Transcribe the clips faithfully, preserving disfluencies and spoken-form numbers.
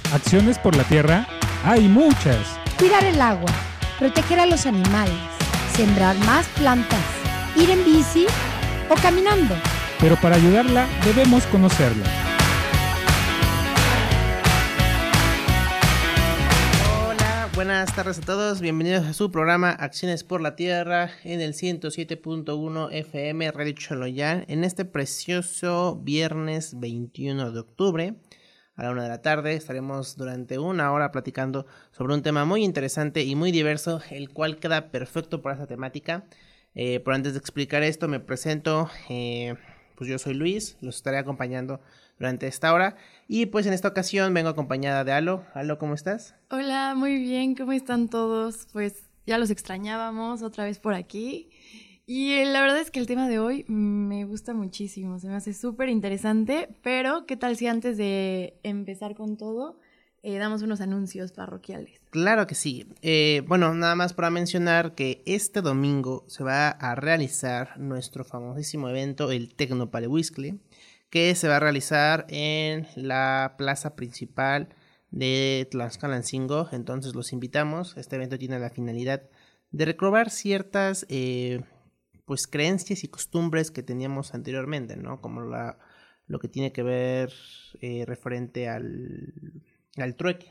Acciones por la tierra hay muchas. Cuidar el agua, proteger a los animales, sembrar más plantas, ir en bici o caminando. Pero para ayudarla debemos conocerla. Hola, buenas tardes a todos. Bienvenidos a su programa Acciones por la Tierra en el ciento siete punto uno F M Radio Choloyán en este precioso viernes veintiuno de octubre. A la una de la tarde estaremos durante una hora platicando sobre un tema muy interesante y muy diverso, el cual queda perfecto para esta temática. Eh, pero antes de explicar esto, me presento. Eh, pues yo soy Luis, los estaré acompañando durante esta hora. Y pues en esta ocasión vengo acompañada de Alo. Alo, ¿cómo estás? Hola, muy bien, ¿cómo están todos? Pues ya los extrañábamos otra vez por aquí. Y la verdad es que el tema de hoy me gusta muchísimo, se me hace súper interesante, pero ¿qué tal si antes de empezar con todo eh, damos unos anuncios parroquiales? Claro que sí. Eh, bueno, nada más para mencionar que este domingo se va a realizar nuestro famosísimo evento, el Tecnopalehuizcle, que se va a realizar en la plaza principal de Tlaxcalancingo. Entonces los invitamos. Este evento tiene la finalidad de recobrar ciertas eh, pues creencias y costumbres que teníamos anteriormente, ¿no? Como la, lo que tiene que ver eh, referente al, al trueque.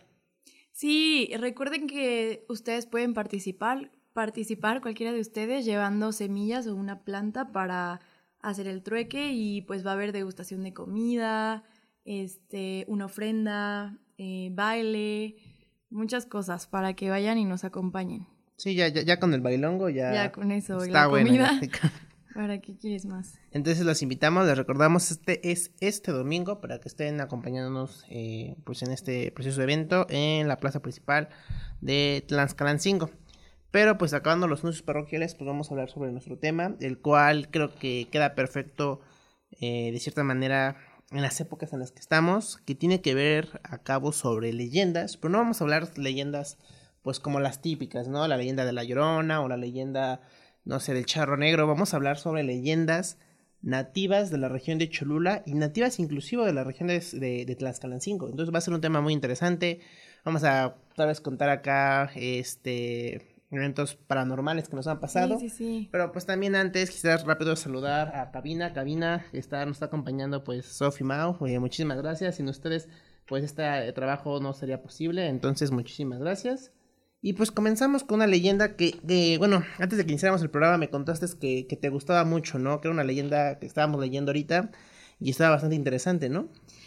Sí, recuerden que ustedes pueden participar, participar cualquiera de ustedes llevando semillas o una planta para hacer el trueque y pues va a haber degustación de comida, este, una ofrenda, eh, baile, muchas cosas para que vayan y nos acompañen. Sí, ya, ya, ya con el bailongo ya... Ya con eso, está la bueno, comida. ya. ¿Para qué quieres más? Entonces los invitamos, les recordamos, este es este domingo para que estén acompañándonos eh, pues en este precioso evento en la plaza principal de Tlaxcalancingo. Pero pues acabando los anuncios parroquiales, pues vamos a hablar sobre nuestro tema, el cual creo que queda perfecto eh, de cierta manera en las épocas en las que estamos, que tiene que ver a cabo sobre leyendas, pero no vamos a hablar leyendas pues como las típicas, ¿no? La leyenda de La Llorona o la leyenda, no sé, del Charro Negro. Vamos a hablar sobre leyendas nativas de la región de Cholula y nativas inclusive de la región de, de, de Tlaxcalancingo. Entonces va a ser un tema muy interesante. Vamos a tal vez contar acá este eventos paranormales que nos han pasado. Sí, sí, sí. Pero pues también antes quizás rápido saludar a Cabina. Cabina está, nos está acompañando pues Sofi Mau. Oye, muchísimas gracias. Sin ustedes pues este trabajo no sería posible. Entonces muchísimas gracias. Y pues comenzamos con una leyenda que, que, bueno, antes de que iniciáramos el programa me contaste que, que te gustaba mucho, ¿no? Que era una leyenda que estábamos leyendo ahorita y estaba bastante interesante, ¿no?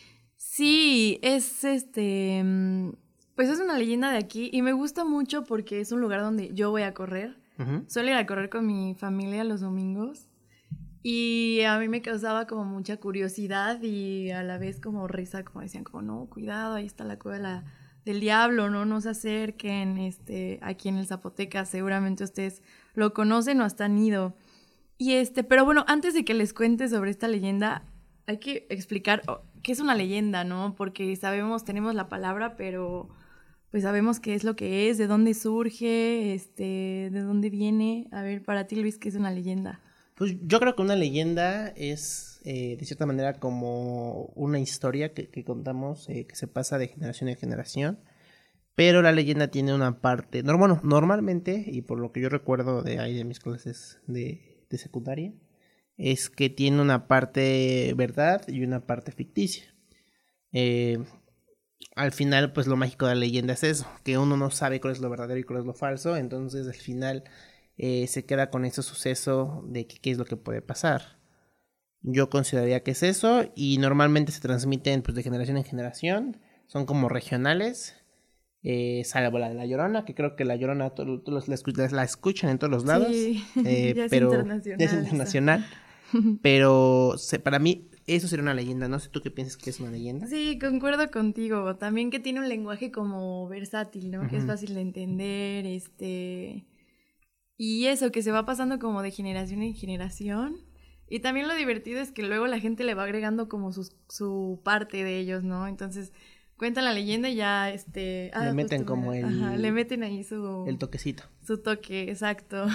Sí, es este, pues es una leyenda de aquí y me gusta mucho porque es un lugar donde yo voy a correr. Uh-huh. Suelo ir a correr con mi familia los domingos y a mí me causaba como mucha curiosidad y a la vez como risa, como decían, como no, cuidado, ahí está la cueva de la... del diablo, ¿no? No se acerquen, este, aquí en el Zapoteca, seguramente ustedes lo conocen o hasta han ido. Y este, pero bueno, antes de que les cuente sobre esta leyenda, hay que explicar oh, qué es una leyenda, ¿no? Porque sabemos, tenemos la palabra, pero pues sabemos qué es lo que es, de dónde surge, este, de dónde viene. A ver, para ti, Luis, ¿qué es una leyenda? Pues yo creo que una leyenda es, eh, de cierta manera, como una historia que, que contamos, eh, que se pasa de generación en generación, pero la leyenda tiene una parte, no, bueno, normalmente, y por lo que yo recuerdo de ahí de mis clases de, de secundaria, es que tiene una parte verdad y una parte ficticia. Eh, al final, pues lo mágico de la leyenda es eso, que uno no sabe cuál es lo verdadero y cuál es lo falso, entonces al final... Eh, se queda con ese suceso de qué es lo que puede pasar. Yo consideraría que es eso y normalmente se transmiten pues, de generación en generación, son como regionales, eh, salvo la de La Llorona, que creo que La Llorona todos to, la, la escuchan en todos los lados, sí, eh, ya es pero internacional, ya es internacional, pero se, para mí eso sería una leyenda, no sé tú qué piensas que es una leyenda. Sí, concuerdo contigo, también que tiene un lenguaje como versátil, ¿no? Uh-huh. Que es fácil de entender, este... Y eso, que se va pasando como de generación en generación. Y también lo divertido es que luego la gente le va agregando como su, su parte de ellos, ¿no? Entonces, cuentan la leyenda y ya, este... Ah, le meten como el... Ajá, le meten ahí su... El toquecito. Su toque, exacto.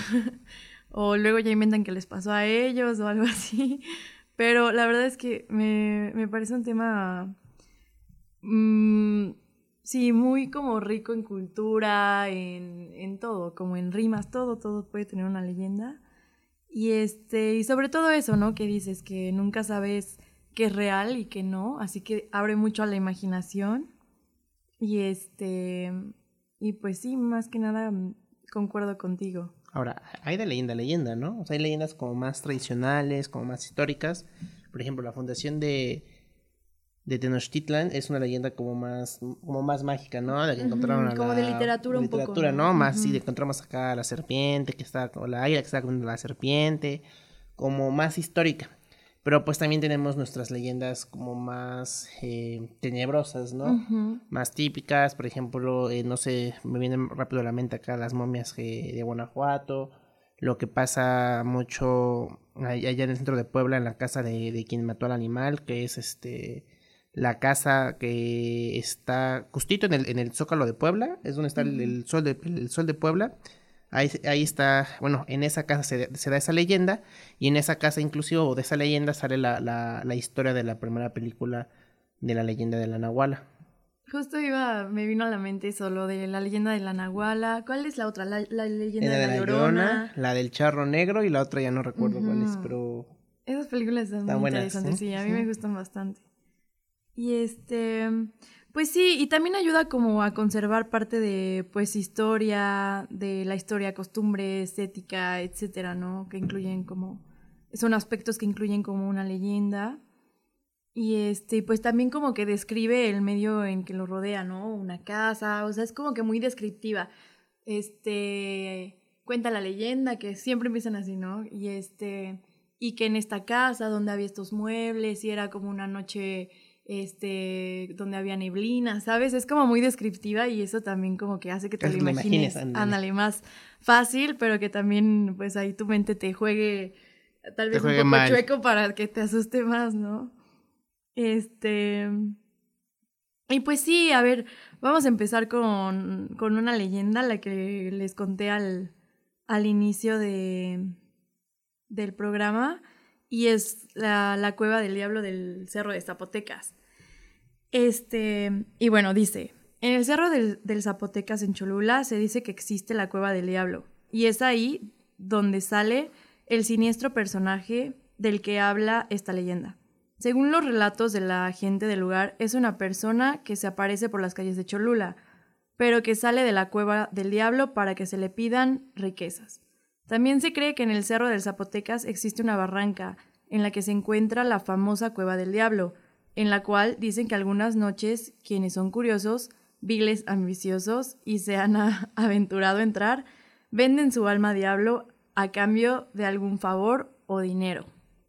O luego ya inventan que les pasó a ellos o algo así. Pero la verdad es que me, me parece un tema... Mmm, Sí, muy como rico en cultura, en, en todo, como en rimas, todo, todo puede tener una leyenda. Y este, y sobre todo eso, ¿no? Que dices que nunca sabes qué es real y qué no, así que abre mucho a la imaginación. Y este, y pues sí, más que nada concuerdo contigo. Ahora, hay de leyenda a leyenda, ¿no? O sea, hay leyendas como más tradicionales, como más históricas. Por ejemplo, la fundación de, de Tenochtitlan es una leyenda como más, como más mágica, ¿no? La que encontraron Uh-huh, a como la, de literatura un literatura, poco, ¿no? ¿no? Más, Uh-huh. sí, de encontramos acá a la serpiente, que está, o la águila que está comiendo la serpiente, como más histórica. Pero pues también tenemos nuestras leyendas como más eh, tenebrosas, ¿no? Uh-huh. Más típicas, por ejemplo, eh, no sé, me vienen rápido a la mente acá las momias eh, de Guanajuato, lo que pasa mucho allá en el centro de Puebla, en la casa de, de quien mató al animal, que es este la casa que está justito en el, en el Zócalo de Puebla, es donde está uh-huh. el, el, sol de, el sol de Puebla. Ahí, ahí está, bueno, en esa casa se, se da esa leyenda, y en esa casa inclusive, o de esa leyenda, sale la, la, la historia de la primera película de la leyenda de la Nahuala. Justo iba, me vino a la mente solo de la leyenda de la Nahuala. ¿Cuál es la otra? La, la leyenda la de, de la, la Llorona. Llorona. La del Charro Negro, y la otra ya no recuerdo uh-huh. cuál es, pero... Esas películas están, están muy buenas, interesantes, ¿sí? sí, a mí uh-huh. me gustan bastante. Y este... Pues sí, y también ayuda como a conservar parte de, pues, historia, de la historia, costumbres, ética, etcétera, ¿no? Que incluyen como, son aspectos que incluyen como una leyenda. Y este, pues también como que describe el medio en que lo rodea, ¿no? Una casa, o sea, es como que muy descriptiva. Este, cuenta la leyenda, que siempre empiezan así, ¿no? Y este, y que en esta casa donde había estos muebles y era como una noche... este, donde había neblina, ¿sabes? Es como muy descriptiva y eso también como que hace que te lo imagines, ándale, más fácil, pero que también, pues, ahí tu mente te juegue tal vez un poco mal. Chueco para que te asuste más, ¿no? Este... Y pues sí, a ver, vamos a empezar con, con una leyenda, la que les conté al, al inicio de, del programa, y es la, la cueva del diablo del Cerro de Zapotecas. Este, y bueno, dice, en el Cerro del, del Zapotecas en Cholula se dice que existe la cueva del diablo, y es ahí donde sale el siniestro personaje del que habla esta leyenda. Según los relatos de la gente del lugar, es una persona que se aparece por las calles de Cholula, pero que sale de la cueva del diablo para que se le pidan riquezas. También se cree que en el Cerro del Zapotecas existe una barranca en la que se encuentra la famosa Cueva del Diablo, en la cual dicen que algunas noches quienes son curiosos, viles, ambiciosos y se han a- aventurado a entrar, venden su alma a diablo a cambio de algún favor o dinero.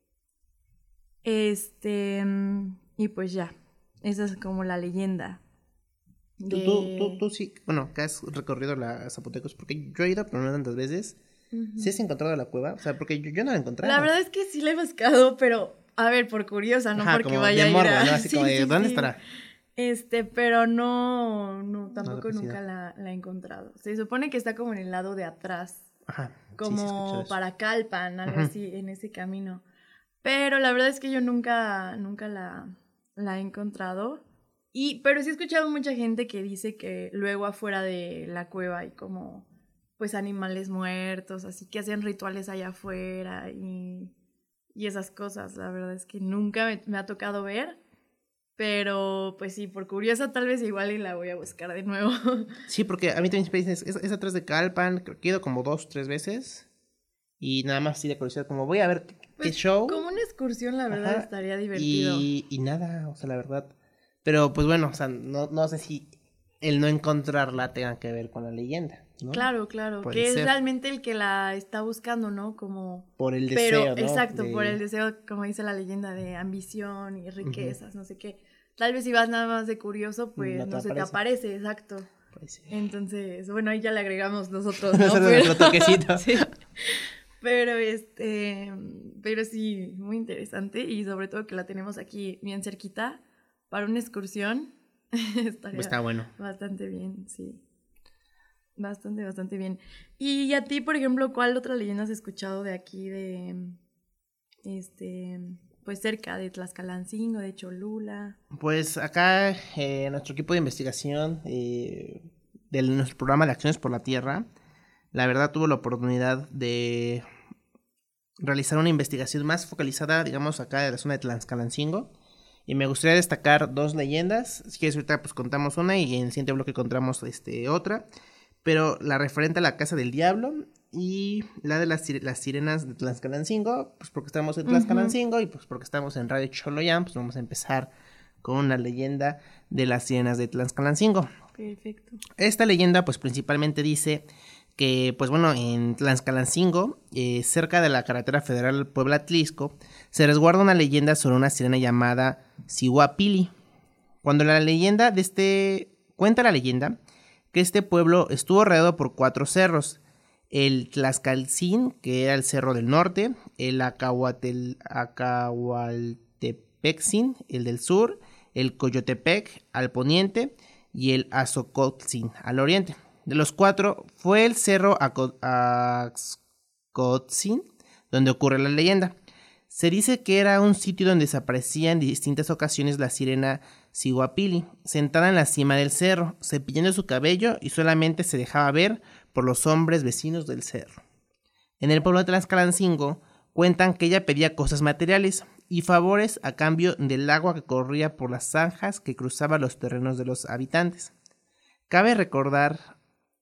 Este, y pues ya, esa es como la leyenda. De... Tú, tú, tú, tú sí, bueno, que has recorrido la Zapotecas, porque yo he ido, pero no tantas veces. Uh-huh. ¿Sí has encontrado la cueva? O sea, porque yo, yo no la he encontrado. La verdad es que sí la he buscado, pero, a ver, por curiosa, no Ajá, porque vaya de morbo, a ir a... ¿no? Así sí, como de, sí, ¿dónde sí. estará? Este, pero no, no, tampoco no nunca la, la he encontrado. Se supone que está como en el lado de atrás. Ajá. Como sí, sí para Calpan, algo uh-huh. así, en ese camino. Pero la verdad es que yo nunca, nunca la, la he encontrado. Y, pero sí he escuchado mucha gente que dice que luego afuera de la cueva hay como, pues, animales muertos, así que hacen rituales allá afuera y, y esas cosas. La verdad es que nunca me, me ha tocado ver, pero, pues sí, por curiosa tal vez igual y la voy a buscar de nuevo. Sí, porque a mí también me dicen, es, es atrás de Calpan, creo que he ido como dos, tres veces. Y nada más sí de curiosidad, como voy a ver qué, pues, qué show. Como una excursión, la verdad, Ajá, estaría divertido. Y, y nada, o sea, la verdad. Pero pues bueno, o sea, no, no sé si el no encontrarla tenga que ver con la leyenda, ¿no? Claro, claro, Puede que ser. Es realmente el que la está buscando, ¿no? Como... Por el Pero, deseo, ¿no? exacto, de... por el deseo, como dice la leyenda, de ambición y riquezas, uh-huh. no sé qué. Tal vez si vas nada más de curioso, pues no, no se aparece. te aparece, exacto. Pues Entonces, bueno, ahí ya le agregamos nosotros, ¿no? Pero... toquecito. Sí. Pero este, pero sí, muy interesante y sobre todo que la tenemos aquí bien cerquita para una excursión. Estaría Está bueno. Bastante bien, sí. Bastante, bastante bien. Y a ti, por ejemplo, ¿cuál otra leyenda has escuchado de aquí de este pues cerca de Tlaxcalancingo, de Cholula. Pues acá eh, nuestro equipo de investigación eh, de nuestro programa de Acciones por la Tierra, la verdad tuvo la oportunidad de realizar una investigación más focalizada, digamos, acá de la zona de Tlaxcalancingo. Y me gustaría destacar dos leyendas. Si quieres, ahorita pues contamos una y en el siguiente bloque contamos este, otra. Pero la referente a la Casa del Diablo y la de las, las sirenas de Tlaxcalancingo, pues porque estamos en Tlaxcalancingo uh-huh. y pues porque estamos en Radio Choloyán, pues vamos a empezar con una leyenda de las sirenas de Tlaxcalancingo. Perfecto. Esta leyenda pues principalmente dice que pues bueno, en Tlaxcalancingo, eh, cerca de la carretera federal Puebla-Tlisco, se resguarda una leyenda sobre una sirena llamada Cihuapili. Cuando la leyenda de este, cuenta la leyenda que este pueblo estuvo rodeado por cuatro cerros, el Tlaxcalcín, que era el cerro del norte, el Acahuatel, Acahualtepecsín, el del sur, el Coyotepec al poniente y el Azocotzin al oriente. De los cuatro fue el cerro Axcotzin donde ocurre la leyenda. Se dice que era un sitio donde se aparecía en distintas ocasiones la sirena Cihuapili, sentada en la cima del cerro, cepillando su cabello y solamente se dejaba ver por los hombres vecinos del cerro. En el pueblo de Tlaxcalancingo cuentan que ella pedía cosas materiales y favores a cambio del agua que corría por las zanjas que cruzaban los terrenos de los habitantes. Cabe recordar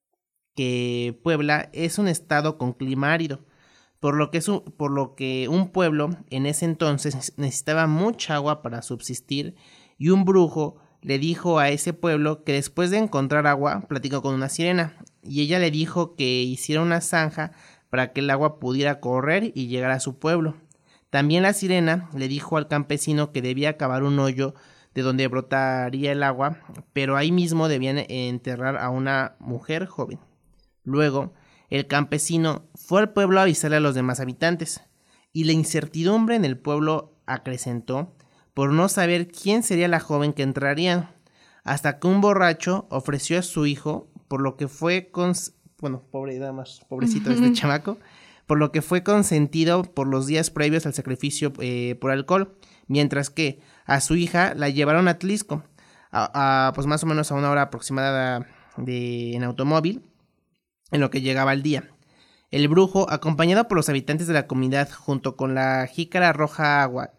que Puebla es un estado con clima árido, por lo que, es un, por lo que un pueblo en ese entonces necesitaba mucha agua para subsistir, y un brujo le dijo a ese pueblo que después de encontrar agua platicó con una sirena y ella le dijo que hiciera una zanja para que el agua pudiera correr y llegar a su pueblo. También la sirena le dijo al campesino que debía cavar un hoyo de donde brotaría el agua, pero ahí mismo debían enterrar a una mujer joven. Luego, el campesino fue al pueblo a avisarle a los demás habitantes, y la incertidumbre en el pueblo acrecentó por no saber quién sería la joven que entraría, hasta que un borracho ofreció a su hijo, por lo que fue con... bueno, pobre dama, pobrecito este chamaco, por lo que fue consentido por los días previos al sacrificio eh, por alcohol, mientras que a su hija la llevaron a Tlisco, a, a, pues más o menos a una hora aproximada de, en automóvil, en lo que llegaba el día. El brujo, acompañado por los habitantes de la comunidad junto con la jícara roja agua,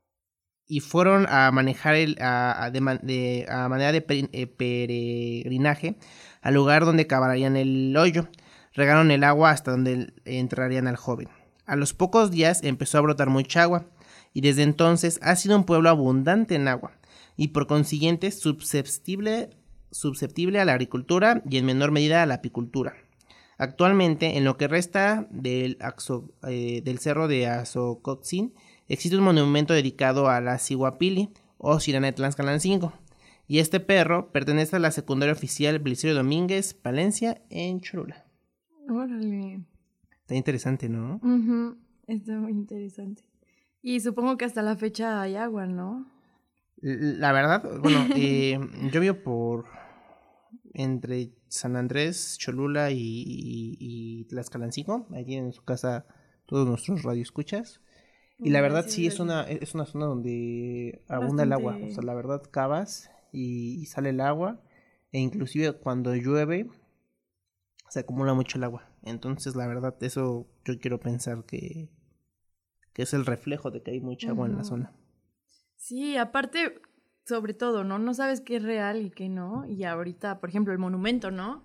y fueron a manejar el, a, a, de, de, a manera de per, eh, peregrinaje al lugar donde cavarían el hoyo. Regaron el agua hasta donde entrarían al joven. A los pocos días empezó a brotar mucha agua, y desde entonces ha sido un pueblo abundante en agua, y por consiguiente susceptible, susceptible a la agricultura y en menor medida a la apicultura. Actualmente, en lo que resta del, Axo, eh, del cerro de Azocotzin, existe un monumento dedicado a la Cihuapili, o sirena de Tlaxcalancingo, y este perro pertenece a la secundaria oficial Belisario Domínguez Palencia en Cholula. Órale. Está interesante, ¿no? Uh-huh. Está muy interesante. Y supongo que hasta la fecha hay agua, ¿no? La verdad, bueno, eh, yo vivo por entre San Andrés, Cholula y, y, y Tlaxcalancingo. Ahí tienen en su casa todos nuestros radioescuchas. Y la verdad sí es una, es una zona donde abunda Bastante... el agua. O sea, la verdad cavas y, y sale el agua. E inclusive cuando llueve se acumula mucho el agua. Entonces la verdad eso yo quiero pensar que, que es el reflejo de que hay mucha agua uh-huh. en la zona. Sí, aparte, sobre todo, ¿no? No sabes qué es real y qué no. Y ahorita, por ejemplo, el monumento, ¿no?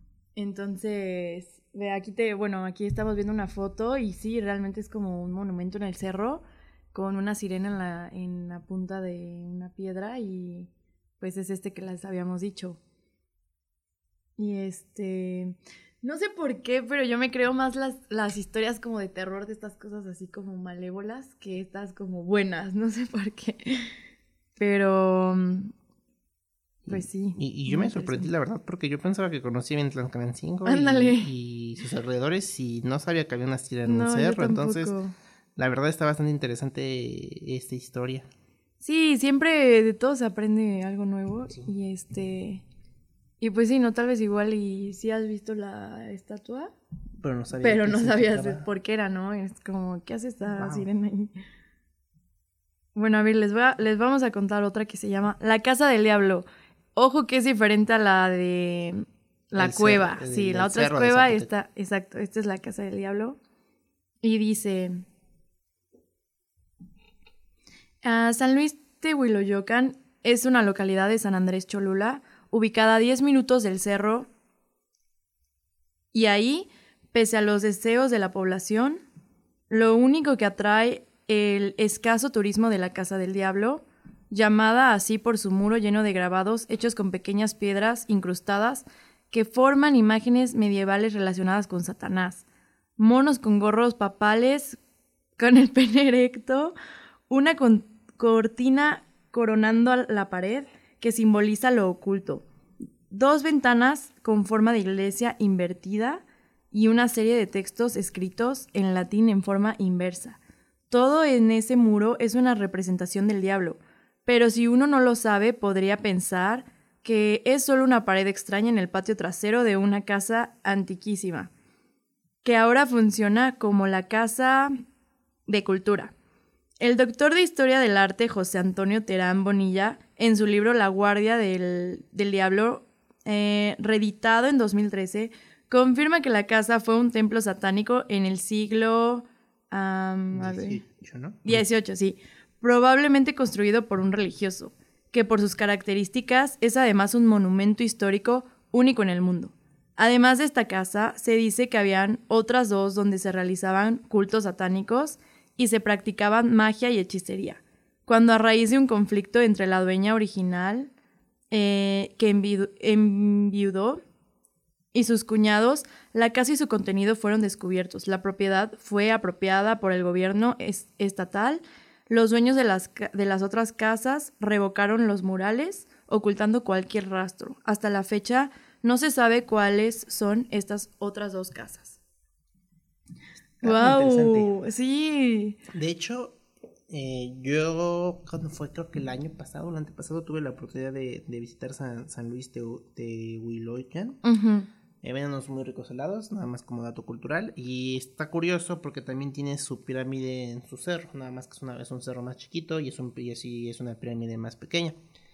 Entonces, ve, aquí te, bueno, aquí estamos viendo una foto y sí, realmente es como un monumento en el cerro con una sirena en la, en la punta de una piedra y pues es este que les habíamos dicho. Y este, no sé por qué, pero yo me creo más las, las historias como de terror de estas cosas así como malévolas que estas como buenas, no sé por qué. Pero, pues sí. Y, y yo me sorprendí, la verdad, porque yo pensaba que conocía bien Tlaxcalancingo y, y sus alrededores y no sabía que había una sirena en el cerro. Entonces, la verdad está bastante interesante esta historia. Sí, siempre de todo se aprende algo nuevo. Sí. Y este... Y pues sí, no, tal vez igual y sí has visto la estatua. Pero no sabía Pero no sabías por qué era, ¿no? Es como, ¿qué hace esta wow. sirena ahí? Bueno, a ver, les, voy a, les vamos a contar otra que se llama La Casa del Diablo. Ojo que es diferente a la de la El cueva. cer- Sí, el la otra es cerro de cueva, Zapoteco. esta, exacto, esta es La Casa del Diablo. Y dice... ah, San Luis Tehuiloyocan es una localidad de San Andrés Cholula, ubicada a diez minutos del cerro. Y ahí, pese a los deseos de la población, lo único que atrae el escaso turismo de la Casa del Diablo, llamada así por su muro lleno de grabados hechos con pequeñas piedras incrustadas que forman imágenes medievales relacionadas con Satanás, monos con gorros papales con el pene erecto, una con- cortina coronando a la pared que simboliza lo oculto, dos ventanas con forma de iglesia invertida y una serie de textos escritos en latín en forma inversa. Todo en ese muro es una representación del diablo, pero si uno no lo sabe, podría pensar que es solo una pared extraña en el patio trasero de una casa antiquísima, que ahora funciona como la Casa de Cultura. El doctor de Historia del Arte, José Antonio Terán Bonilla, en su libro La Guardia del, del Diablo, eh, reeditado en dos mil trece, confirma que la casa fue un templo satánico en el siglo... Um, a ver. dieciocho, ¿no? dieciocho, sí. Probablemente construido por un religioso, que por sus características es además un monumento histórico único en el mundo. Además de esta casa, se dice que habían otras dos donde se realizaban cultos satánicos y se practicaban magia y hechicería. Cuando a raíz de un conflicto entre la dueña original, eh, que envidu- enviudó, y sus cuñados, la casa y su contenido fueron descubiertos. La propiedad fue apropiada por el gobierno es- estatal. Los dueños de las, ca- de las otras casas revocaron los murales, ocultando cualquier rastro. Hasta la fecha no se sabe cuáles son estas otras dos casas. Ah, muy ¡Wow! interesante. Sí. De hecho, eh, yo, cuando fue, creo que el año pasado, el antepasado, tuve la oportunidad de, de visitar San, San Luis de, de Huiloyan. Ujú. Eh, venden unos muy ricos helados, nada más como dato cultural. Y está curioso porque también tiene su pirámide en su cerro, nada más que es, una, es un cerro más chiquito y, es un, y así es una pirámide más pequeña.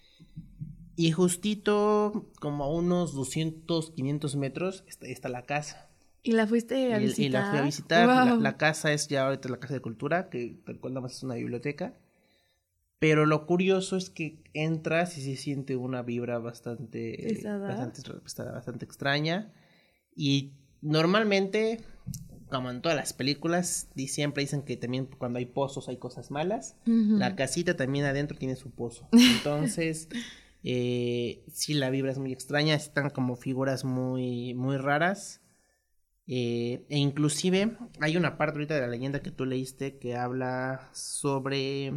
Y justito, como a unos doscientos, quinientos metros, está, está la casa. ¿Y la fuiste a Y, visitar? y la fui a visitar. La, ¡Wow! la casa es ya ahorita la Casa de Cultura, que tal cual nada más es una biblioteca. Pero lo curioso es que entras y se siente una vibra bastante, ¿Pesada? bastante, bastante, bastante extraña. Y normalmente, como en todas las películas, y siempre dicen que también cuando hay pozos hay cosas malas. Ujú. La casita también adentro tiene su pozo. Entonces, eh, sí, la vibra es muy extraña. Están como figuras muy, muy raras. Eh, e inclusive hay una parte ahorita de la leyenda que tú leíste que habla sobre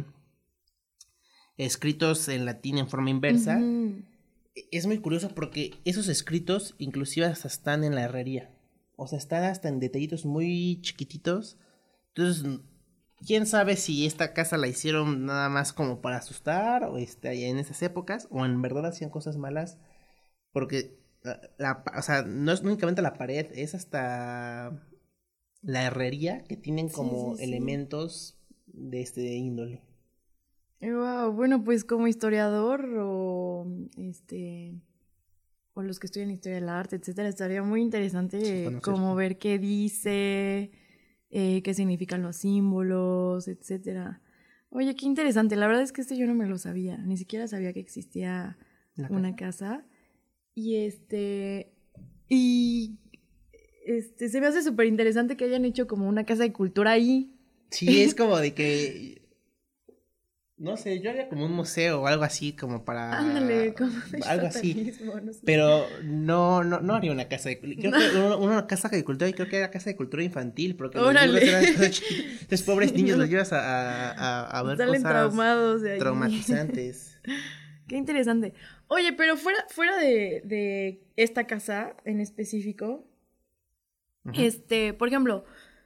escritos en latín en forma inversa. Ujú. Es muy curioso porque esos escritos inclusive hasta están en la herrería. O sea, están hasta en detallitos muy chiquititos. Entonces, quién sabe si esta casa la hicieron nada más como para asustar o este, en esas épocas o en verdad hacían cosas malas. Porque, la, la- o sea, no es únicamente la pared, es hasta la herrería que tienen Sí, como sí, sí. elementos de este índole. Wow, bueno, pues como historiador o este o los que estudian historia del arte, etcétera, estaría muy interesante Sí, eh, conocer. como ver qué dice, eh, qué significan los símbolos, etcétera. Oye, qué interesante. La verdad es que este yo no me lo sabía, ni siquiera sabía que existía ¿La una casa. Y este y este se me hace súper interesante que hayan hecho como una casa de cultura ahí. Sí, es como de que. No sé, yo haría como un museo o algo así, como para. Ándale, como de Algo así. satanismo, no sé. Pero no, no, no haría una casa de cultura. Creo que una, una casa de cultura, y creo que era casa de cultura infantil, porque los Órale. libros eran cosas chiquitas. Entonces, pobres Sí, niños no. los llevas a, a, a, a ver Salen cosas traumados de ahí. traumatizantes. Qué interesante. Oye, pero fuera, fuera de, de esta casa en específico, Ujú. este, por ejemplo,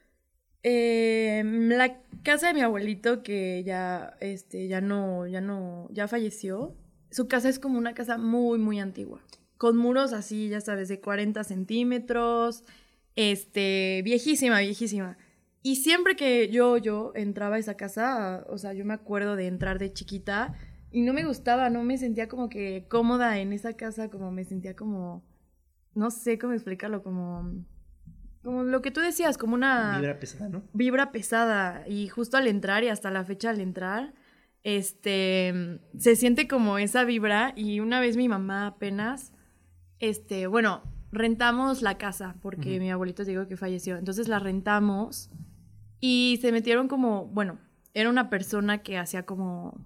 eh, la casa de mi abuelito que ya, este, ya no, ya no, ya falleció. Su casa es como una casa muy, muy antigua, con muros así, ya sabes, de cuarenta centímetros, este, viejísima, viejísima. Y siempre que yo, yo entraba a esa casa, o sea, yo me acuerdo de entrar de chiquita y no me gustaba, no me sentía como que cómoda en esa casa, como me sentía como, no sé cómo explicarlo, como, como lo que tú decías, como una... Vibra pesada, ¿no? Vibra pesada. Y justo al entrar y hasta la fecha al entrar, este, se siente como esa vibra. Y una vez mi mamá apenas, este, bueno, rentamos la casa porque uh-huh. mi abuelito digo que falleció. Entonces la rentamos y se metieron como, bueno, era una persona que hacía como,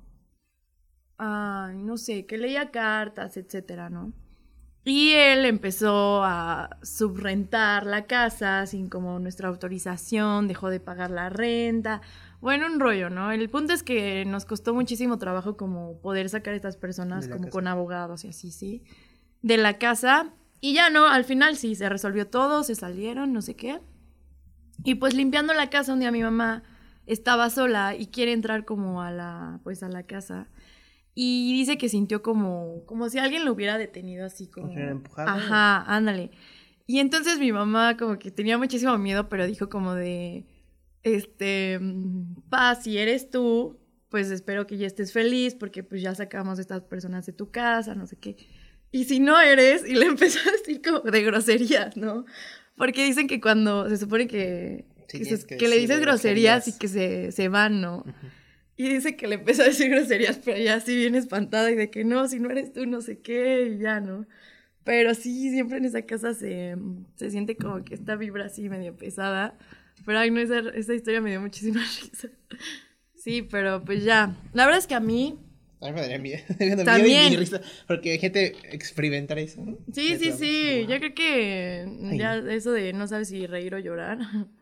ah, no sé, que leía cartas, etcétera, ¿no? Y él empezó a subrentar la casa sin como nuestra autorización, dejó de pagar la renta. Bueno, un rollo, ¿no? El punto es que nos costó muchísimo trabajo como poder sacar a estas personas como casa. Con abogados y así, ¿sí? De la casa. Y ya, ¿no? Al final sí, se resolvió todo, se salieron, no sé qué. Y pues limpiando la casa, un día mi mamá estaba sola y quiere entrar como a la, pues a la casa. Y dice que sintió como, como si alguien lo hubiera detenido así como... Como si empujado. Ajá, ándale. Y entonces mi mamá como que tenía muchísimo miedo, pero dijo como de, este, pa, si eres tú, pues espero que ya estés feliz porque pues ya sacamos a estas personas de tu casa, no sé qué. Y si no eres, y le empezó a decir como de groserías, ¿no? Porque dicen que cuando se supone que, sí, que, se, que, que le dices groserías, groserías y que se, se van, ¿no? Uh-huh. Y dice que le empezó a decir groserías, pero ya así bien espantada y de que no, si no eres tú, no sé qué, y ya, ¿no? Pero sí, siempre en esa casa se, se siente como que esta vibra así medio pesada. Pero ay, no, esa, esa historia me dio muchísima risa. Sí, pero pues ya. La verdad es que a mí... A mí me daría miedo. También. Miedo y risa, porque hay gente experimentar eso, ¿no? Sí, eso, sí, sí. wow. Yo creo que ay, ya no. Eso de no sabes si reír o llorar.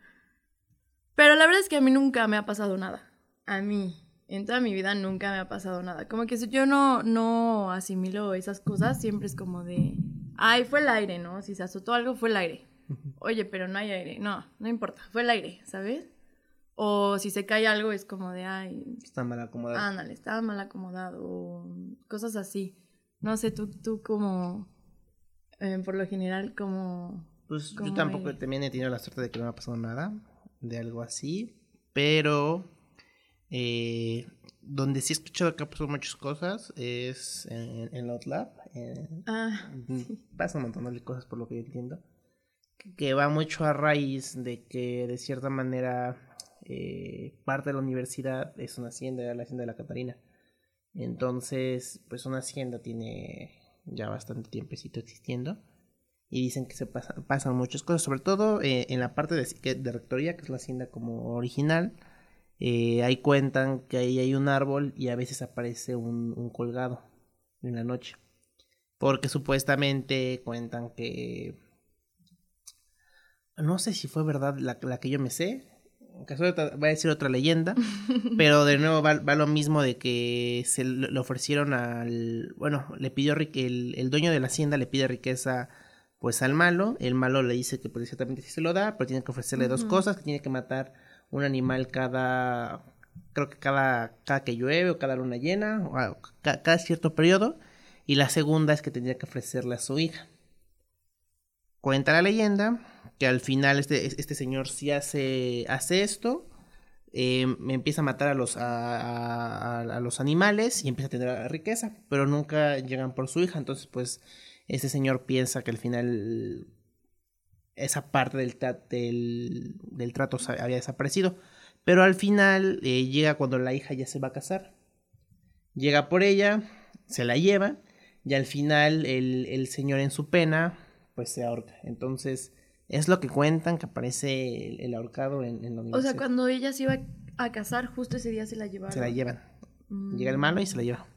Pero la verdad es que a mí nunca me ha pasado nada. A mí. En toda mi vida nunca me ha pasado nada. Como que si yo no, no asimilo esas cosas, siempre es como de... Ay, fue el aire, ¿no? Si se azotó algo, fue el aire. Oye, pero no hay aire. No, no importa. Fue el aire, ¿sabes? O si se cae algo, es como de... Ay, está mal acomodado. Ándale, estaba mal acomodado. O cosas así. No sé, tú, tú como... Eh, por lo general, como... Pues yo tampoco aire. También he tenido la suerte de que no me ha pasado nada de algo así. Pero... Eh, donde sí he escuchado que ha pasado muchas cosas es en, en Outlab. Ah, sí. Pasa un montón de cosas por lo que yo entiendo. Que, que va mucho a raíz de que de cierta manera eh, parte de la universidad es una hacienda, era la hacienda de la Catarina. Entonces, pues una hacienda tiene ya bastante tiempecito existiendo. Y dicen que se pasa, pasan muchas cosas, sobre todo eh, en la parte de, de rectoría, que es la hacienda como original. Eh, ahí cuentan que ahí hay un árbol y a veces aparece un, un colgado en la noche. Porque supuestamente cuentan que... No sé si fue verdad la, la que yo me sé. Voy a decir otra leyenda. Pero de nuevo va, va lo mismo de que se le ofrecieron al... Bueno, le pidió el, el dueño de la hacienda le pide riqueza pues al malo. El malo le dice que pues, ciertamente sí se lo da, pero tiene que ofrecerle uh-huh. dos cosas, que tiene que matar un animal cada, creo que cada, cada que llueve o cada luna llena, o cada, cada cierto periodo, y la segunda es que tendría que ofrecerle a su hija. Cuenta la leyenda que al final este, este señor sí hace, hace esto, eh, empieza a matar a los, a, a, a los animales y empieza a tener la riqueza, pero nunca llegan por su hija, entonces pues este señor piensa que al final... esa parte del, del, del trato había desaparecido. Pero al final eh, llega cuando la hija ya se va a casar. Llega por ella, se la lleva. Y al final el, el señor en su pena pues se ahorca. Entonces es lo que cuentan, que aparece el, el ahorcado en, en la universidad. O sea, cuando ella se iba a casar, justo ese día se la llevaron. Se la llevan. Mm. Llega el malo y se la lleva.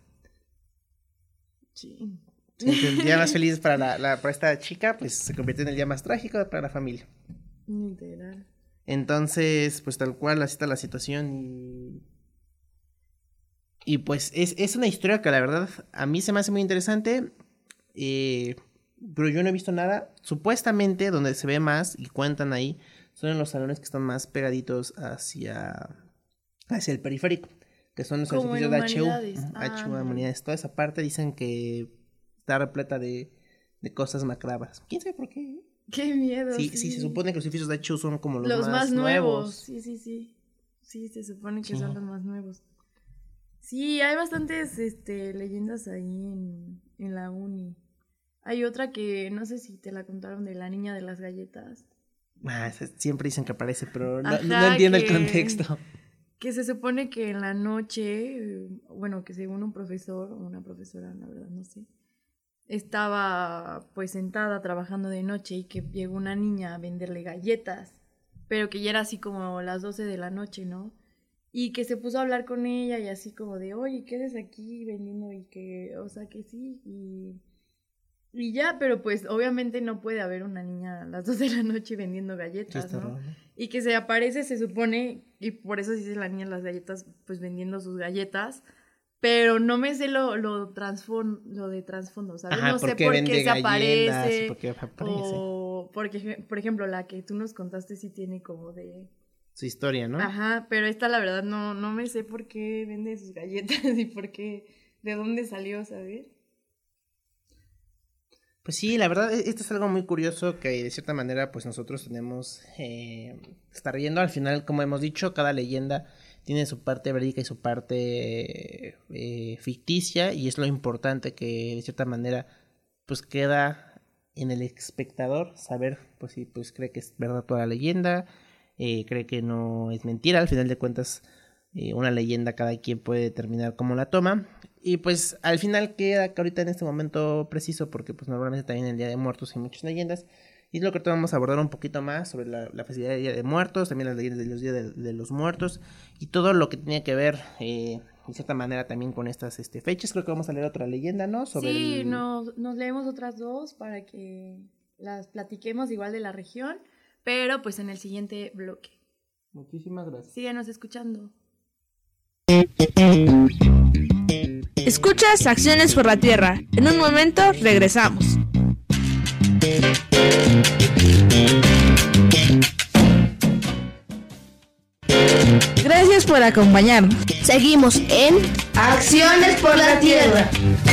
Sí. Entonces, el día más feliz para, la, la, para esta chica, pues se convierte en el día más trágico para la familia. Literal. Entonces, pues tal cual, así está la situación y... Y pues es, es una historia que la verdad a mí se me hace muy interesante, eh, pero yo no he visto nada. Supuestamente donde se ve más y cuentan ahí son en los salones que están más pegaditos hacia, hacia el periférico, que son los edificios de H U. Ah, H U, no. Humanidades, toda esa parte dicen que... está repleta de, de cosas macabras. ¿Quién sabe por qué? Qué miedo. Sí, sí, sí, se supone que los edificios de hecho son como los, los más, más nuevos. nuevos. Sí, sí, sí. Sí, se supone que Sí. son los más nuevos. Sí, hay bastantes este, leyendas ahí en, en la uni. Hay otra que no sé si te la contaron de la niña de las galletas. Ah, se- siempre dicen que aparece, pero no, Ajá, no entiendo el que- contexto. Que se supone que en la noche, eh, bueno, que según un profesor o una profesora, la verdad no sé, estaba pues sentada trabajando de noche y que llegó una niña a venderle galletas, pero que ya era así como las doce de la noche, ¿no? Y que se puso a hablar con ella y así como de, oye, ¿qué eres aquí vendiendo? Y que, o sea, que sí, y, y ya, pero pues obviamente no puede haber una niña a las dos de la noche vendiendo Sí, galletas, está ¿no? raro, ¿no? Y que se aparece, se supone, y por eso dice la niña las galletas, pues vendiendo sus galletas, pero no me sé lo, lo, transfon- lo de trasfondo, ¿sabes? Ajá, No sé ¿por qué por vende qué se galletas? aparece, ¿Por qué aparece? o porque, por ejemplo, la que tú nos contaste sí tiene como de... Su historia, ¿no? Ajá, pero esta la verdad no, no me sé por qué vende sus galletas y por qué, de dónde salió, ¿sabes? Pues sí, la verdad, e- esto es algo muy curioso que de cierta manera pues nosotros tenemos eh, que estar viendo. Al final, como hemos dicho, cada leyenda tiene su parte verídica y su parte eh, ficticia, y es lo importante que de cierta manera pues queda en el espectador saber pues si pues cree que es verdad toda la leyenda, eh, cree que no es mentira. Al final de cuentas, eh, una leyenda cada quien puede determinar cómo la toma. Y pues al final queda que ahorita en este momento preciso, porque pues normalmente también en el Día de Muertos hay muchas leyendas, y es lo que ahorita vamos a abordar un poquito más sobre la, la festividad del Día de Muertos, también las leyendas de los Días de, de los Muertos, y todo lo que tiene que ver eh, de cierta manera también con estas este, fechas. Creo que vamos a leer otra leyenda, ¿no? Sobre Sí, el... nos, nos leemos otras dos para que las platiquemos igual de la región, pero pues en el siguiente bloque. Muchísimas gracias. Síganos escuchando. Escuchas Acciones por la Tierra. En un momento regresamos. Gracias por acompañarnos. Seguimos en Acciones por la Tierra.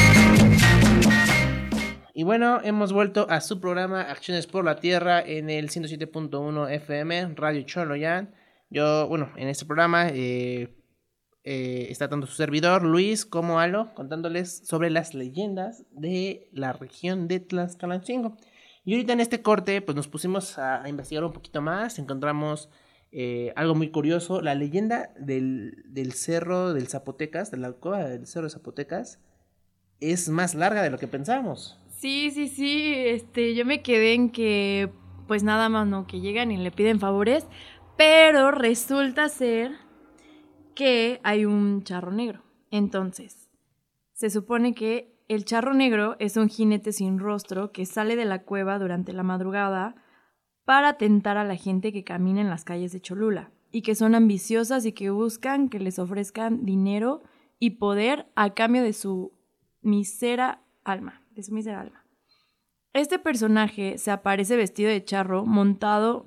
Y bueno, hemos vuelto a su programa Acciones por la Tierra en el ciento siete punto uno F M, Radio Choloyan. Yo, bueno, en este programa eh, eh, está tanto su servidor, Luis, como Alo, contándoles sobre las leyendas de la región de Tlaxcalancingo. Y ahorita en este corte, pues nos pusimos a, a investigar un poquito más. Encontramos eh, algo muy curioso, la leyenda del, del cerro del Zapotecas, de la cueva del cerro de Zapotecas, es más larga de lo que pensábamos. Sí, sí, sí, este, yo me quedé en que pues nada más no, que llegan y le piden favores, pero resulta ser que hay un charro negro. Entonces, se supone que el charro negro es un jinete sin rostro que sale de la cueva durante la madrugada para tentar a la gente que camina en las calles de Cholula y que son ambiciosas y que buscan que les ofrezcan dinero y poder a cambio de su mísera alma, de su mísera alma. Este personaje se aparece vestido de charro montado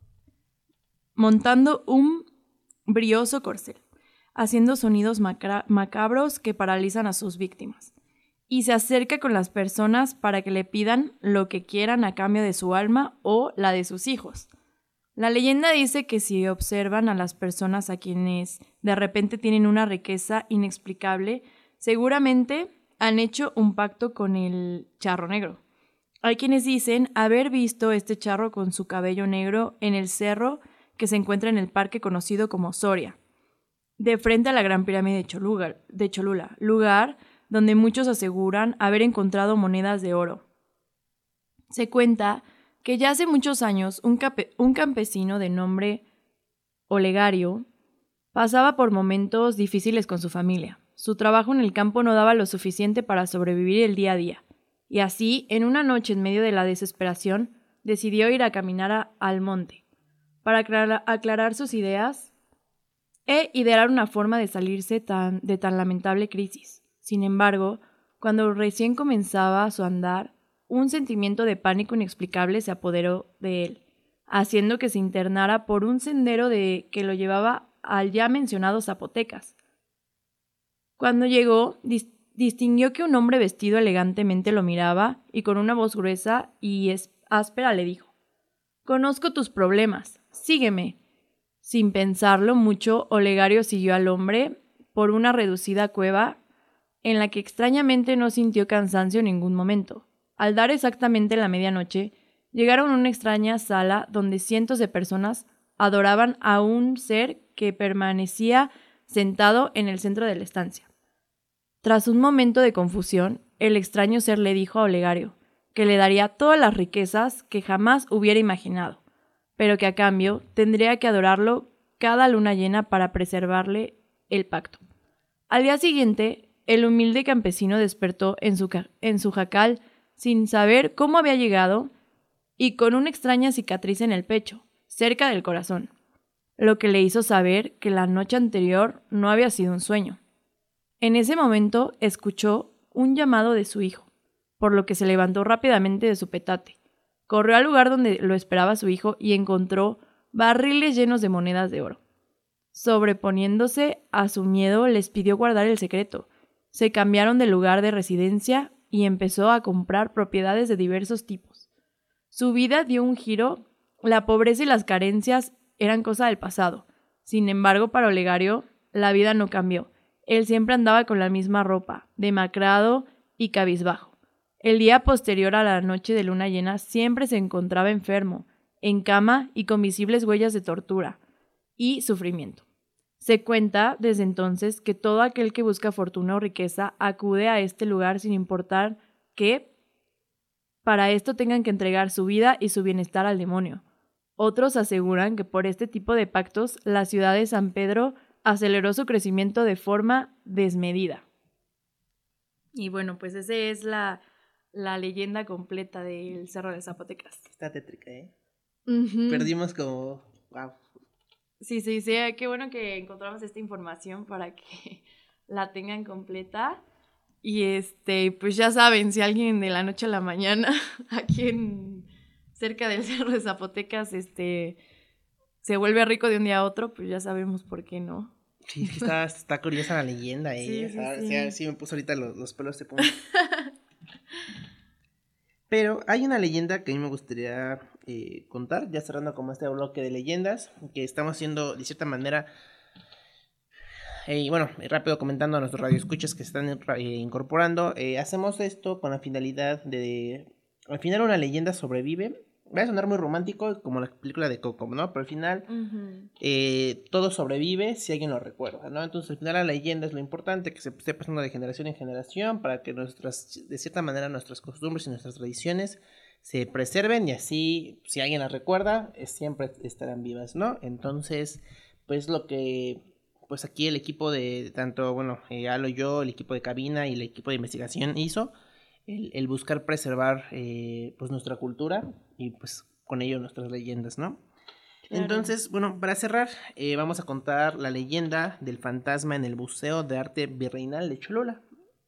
montando un brioso corcel, haciendo sonidos macra- macabros que paralizan a sus víctimas, y se acerca con las personas para que le pidan lo que quieran a cambio de su alma o la de sus hijos. La leyenda dice que si observan a las personas a quienes de repente tienen una riqueza inexplicable, seguramente han hecho un pacto con el charro negro. Hay quienes dicen haber visto este charro con su cabello negro en el cerro que se encuentra en el parque conocido como Soria, de frente a la Gran Pirámide de Cholula, de Cholula, lugar donde muchos aseguran haber encontrado monedas de oro. Se cuenta que ya hace muchos años un, cape- un campesino de nombre Olegario pasaba por momentos difíciles con su familia. Su trabajo en el campo no daba lo suficiente para sobrevivir el día a día, y así, en una noche en medio de la desesperación, decidió ir a caminar a- al monte para aclarar, aclarar sus ideas e idear una forma de salirse tan, de tan lamentable crisis. Sin embargo, cuando recién comenzaba su andar, un sentimiento de pánico inexplicable se apoderó de él, haciendo que se internara por un sendero de, que lo llevaba al ya mencionado Zapotecas. Cuando llegó, dis- distinguió que un hombre vestido elegantemente lo miraba y con una voz gruesa y es- áspera le dijo: Conozco tus problemas, sígueme. Sin pensarlo mucho, Olegario siguió al hombre por una reducida cueva en la que extrañamente no sintió cansancio en ningún momento. Al dar exactamente la medianoche, llegaron a una extraña sala donde cientos de personas adoraban a un ser que permanecía sentado en el centro de la estancia. Tras un momento de confusión, el extraño ser le dijo a Olegario que le daría todas las riquezas que jamás hubiera imaginado, pero que a cambio tendría que adorarlo cada luna llena para preservarle el pacto. Al día siguiente, el humilde campesino despertó en su, ca- en su jacal sin saber cómo había llegado y con una extraña cicatriz en el pecho, cerca del corazón, lo que le hizo saber que la noche anterior no había sido un sueño. En ese momento escuchó un llamado de su hijo, por lo que se levantó rápidamente de su petate. Corrió al lugar donde lo esperaba su hijo y encontró barriles llenos de monedas de oro. Sobreponiéndose a su miedo, les pidió guardar el secreto. Se cambiaron de lugar de residencia y empezó a comprar propiedades de diversos tipos. Su vida dio un giro. La pobreza y las carencias eran cosa del pasado. Sin embargo, para Olegario, la vida no cambió. Él siempre andaba con la misma ropa, demacrado y cabizbajo. El día posterior a la noche de luna llena siempre se encontraba enfermo, en cama y con visibles huellas de tortura y sufrimiento. Se cuenta desde entonces que todo aquel que busca fortuna o riqueza acude a este lugar sin importar que para esto tengan que entregar su vida y su bienestar al demonio. Otros aseguran que por este tipo de pactos la ciudad de San Pedro aceleró su crecimiento de forma desmedida. Y bueno, pues esa es la, la leyenda completa del Cerro de Zapotecas. Está tétrica, ¿eh? Uh-huh. Perdimos como... Wow. Sí, sí, sí, qué bueno que encontramos esta información para que la tengan completa. Y este, pues ya saben, si alguien de la noche a la mañana, aquí en cerca del Cerro de Zapotecas, este, se vuelve rico de un día a otro, pues ya sabemos por qué no. Sí, está, está curiosa la leyenda, ¿eh? Sí, o sea, sí, sí. sí. sí me puso ahorita los, los pelos de punta. Pero hay una leyenda que a mí me gustaría eh, contar, ya cerrando como este bloque de leyendas, que estamos haciendo de cierta manera, eh, y bueno, rápido comentando a nuestros radioescuchas que se están eh, incorporando, eh, hacemos esto con la finalidad de, al final una leyenda sobrevive. Va a sonar muy romántico como la película de Coco, ¿no? Pero al final uh-huh. eh, todo sobrevive si alguien lo recuerda, ¿no? Entonces al final la leyenda es lo importante, que se esté pasando de generación en generación para que nuestras, de cierta manera nuestras costumbres y nuestras tradiciones se preserven y así si alguien las recuerda eh, siempre estarán vivas, ¿no? Entonces pues lo que pues aquí el equipo de tanto, bueno, eh, Alo y yo, el equipo de cabina y el equipo de investigación hizo El, el buscar preservar eh, pues nuestra cultura y pues con ello nuestras leyendas, ¿no? Claro. Entonces, bueno, para cerrar eh, vamos a contar la leyenda del fantasma en el Museo de Arte Virreinal de Cholula.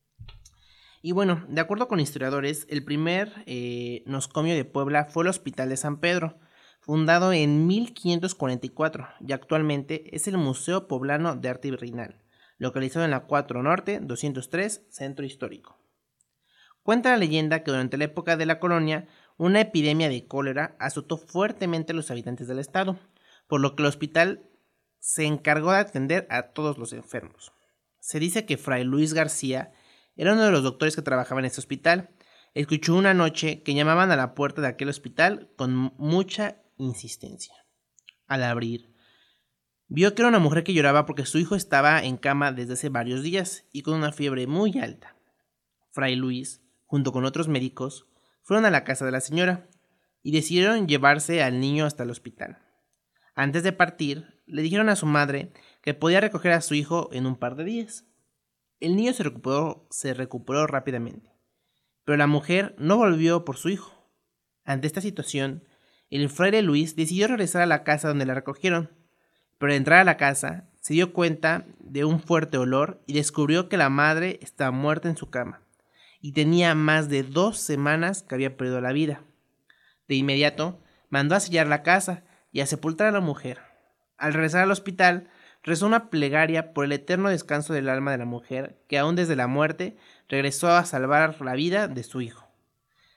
Y bueno, de acuerdo con historiadores, el primer eh, noscomio de Puebla fue el Hospital de San Pedro, fundado en mil quinientos cuarenta y cuatro y actualmente es el Museo Poblano de Arte Virreinal, localizado en la cuatro Norte doscientos tres, Centro Histórico. Cuenta la leyenda que durante la época de la colonia, una epidemia de cólera azotó fuertemente a los habitantes del estado, por lo que el hospital se encargó de atender a todos los enfermos. Se dice que Fray Luis García era uno de los doctores que trabajaba en este hospital. Escuchó una noche que llamaban a la puerta de aquel hospital con mucha insistencia. Al abrir, vio que era una mujer que lloraba porque su hijo estaba en cama desde hace varios días y con una fiebre muy alta. Fray Luis, junto con otros médicos, fueron a la casa de la señora y decidieron llevarse al niño hasta el hospital. Antes de partir, le dijeron a su madre que podía recoger a su hijo en un par de días. El niño se recuperó, se recuperó rápidamente, pero la mujer no volvió por su hijo. Ante esta situación, el fraile Luis decidió regresar a la casa donde la recogieron, pero al entrar a la casa se dio cuenta de un fuerte olor y descubrió que la madre estaba muerta en su cama y tenía más de dos semanas que había perdido la vida. De inmediato, mandó a sellar la casa y a sepultar a la mujer. Al regresar al hospital, rezó una plegaria por el eterno descanso del alma de la mujer, que aún desde la muerte regresó a salvar la vida de su hijo.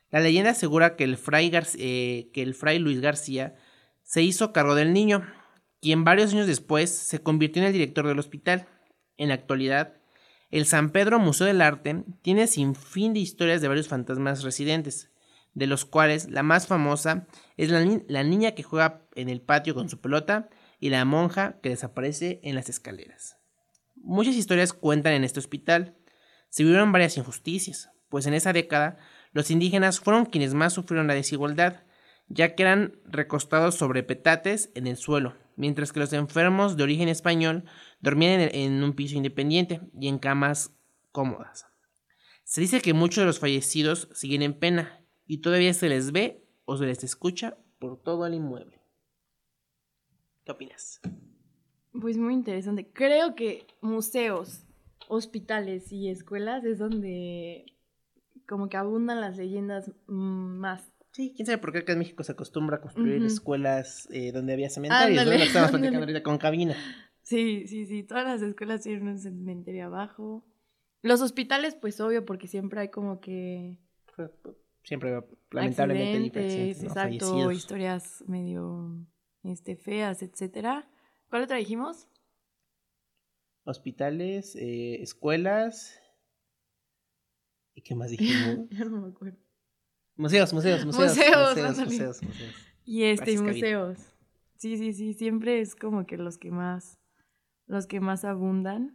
La leyenda asegura que el fray, Gar- eh, que el fray Luis García se hizo cargo del niño, quien varios años después se convirtió en el director del hospital. En la actualidad, el San Pedro Museo del Arte tiene sinfín de historias de varios fantasmas residentes, de los cuales la más famosa es la, ni- la niña que juega en el patio con su pelota y la monja que desaparece en las escaleras. Muchas historias cuentan en este hospital. Se vivieron varias injusticias, pues en esa década los indígenas fueron quienes más sufrieron la desigualdad, ya que eran recostados sobre petates en el suelo, mientras que los enfermos de origen español dormían en, en un piso independiente y en camas cómodas. Se dice que muchos de los fallecidos siguen en pena y todavía se les ve o se les escucha por todo el inmueble. ¿Qué opinas? Pues muy interesante. Creo que museos, hospitales y escuelas es donde como que abundan las leyendas mm, más. Sí, quién sabe por qué acá en México se acostumbra a construir Ujú. escuelas eh, donde había cementerios, Ándale, ¿no? Lo que estamos ándale. platicando ahorita con Cabina. Sí, sí, sí. Todas las escuelas tienen un cementerio abajo. Los hospitales, pues obvio, porque siempre hay como que Siempre, lamentablemente, hay accidentes, accidentes, ¿no? exacto, Fallecidos. historias medio este, feas, etcétera. ¿Cuál otra dijimos? Hospitales, eh, escuelas. ¿Y qué más dijimos? Ya no me acuerdo. Museos, museos, museos. Museos, museos, ándale. museos, museos. Y este, y Gracias, Cabina. museos. Sí, sí, sí, siempre es como que los que más, los que más abundan.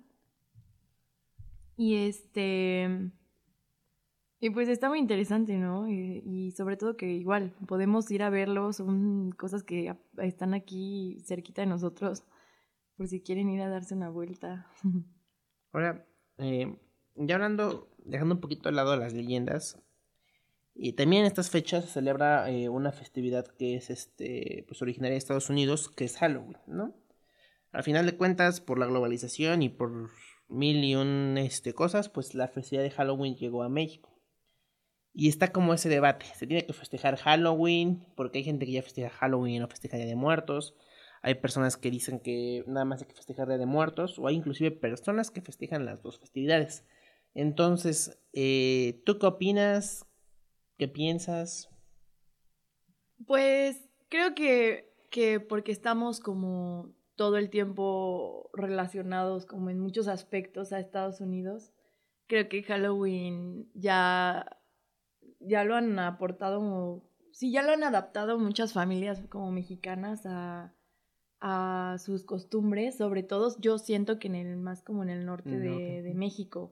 Y este, y pues está muy interesante, ¿no? Y, y sobre todo que igual podemos ir a verlos, son cosas que a- están aquí cerquita de nosotros, por si quieren ir a darse una vuelta. Ahora, eh, ya hablando, dejando un poquito de lado las leyendas, y también en estas fechas se celebra eh, una festividad que es este, pues originaria de Estados Unidos, que es Halloween, ¿no? Al final de cuentas, por la globalización y por mil y un este, cosas, pues la festividad de Halloween llegó a México. Y está como ese debate, se tiene que festejar Halloween, porque hay gente que ya festeja Halloween y no festeja Día de Muertos. Hay personas que dicen que nada más hay que festejar Día de Muertos, o hay inclusive personas que festejan las dos festividades. Entonces, eh, ¿tú qué opinas? ¿Qué piensas? Pues creo que, que porque estamos como todo el tiempo relacionados como en muchos aspectos a Estados Unidos, creo que Halloween ya, ya lo han aportado, sí, ya lo han adaptado muchas familias como mexicanas a, a sus costumbres, sobre todo yo siento que en el más como en el norte El de, norte. de México.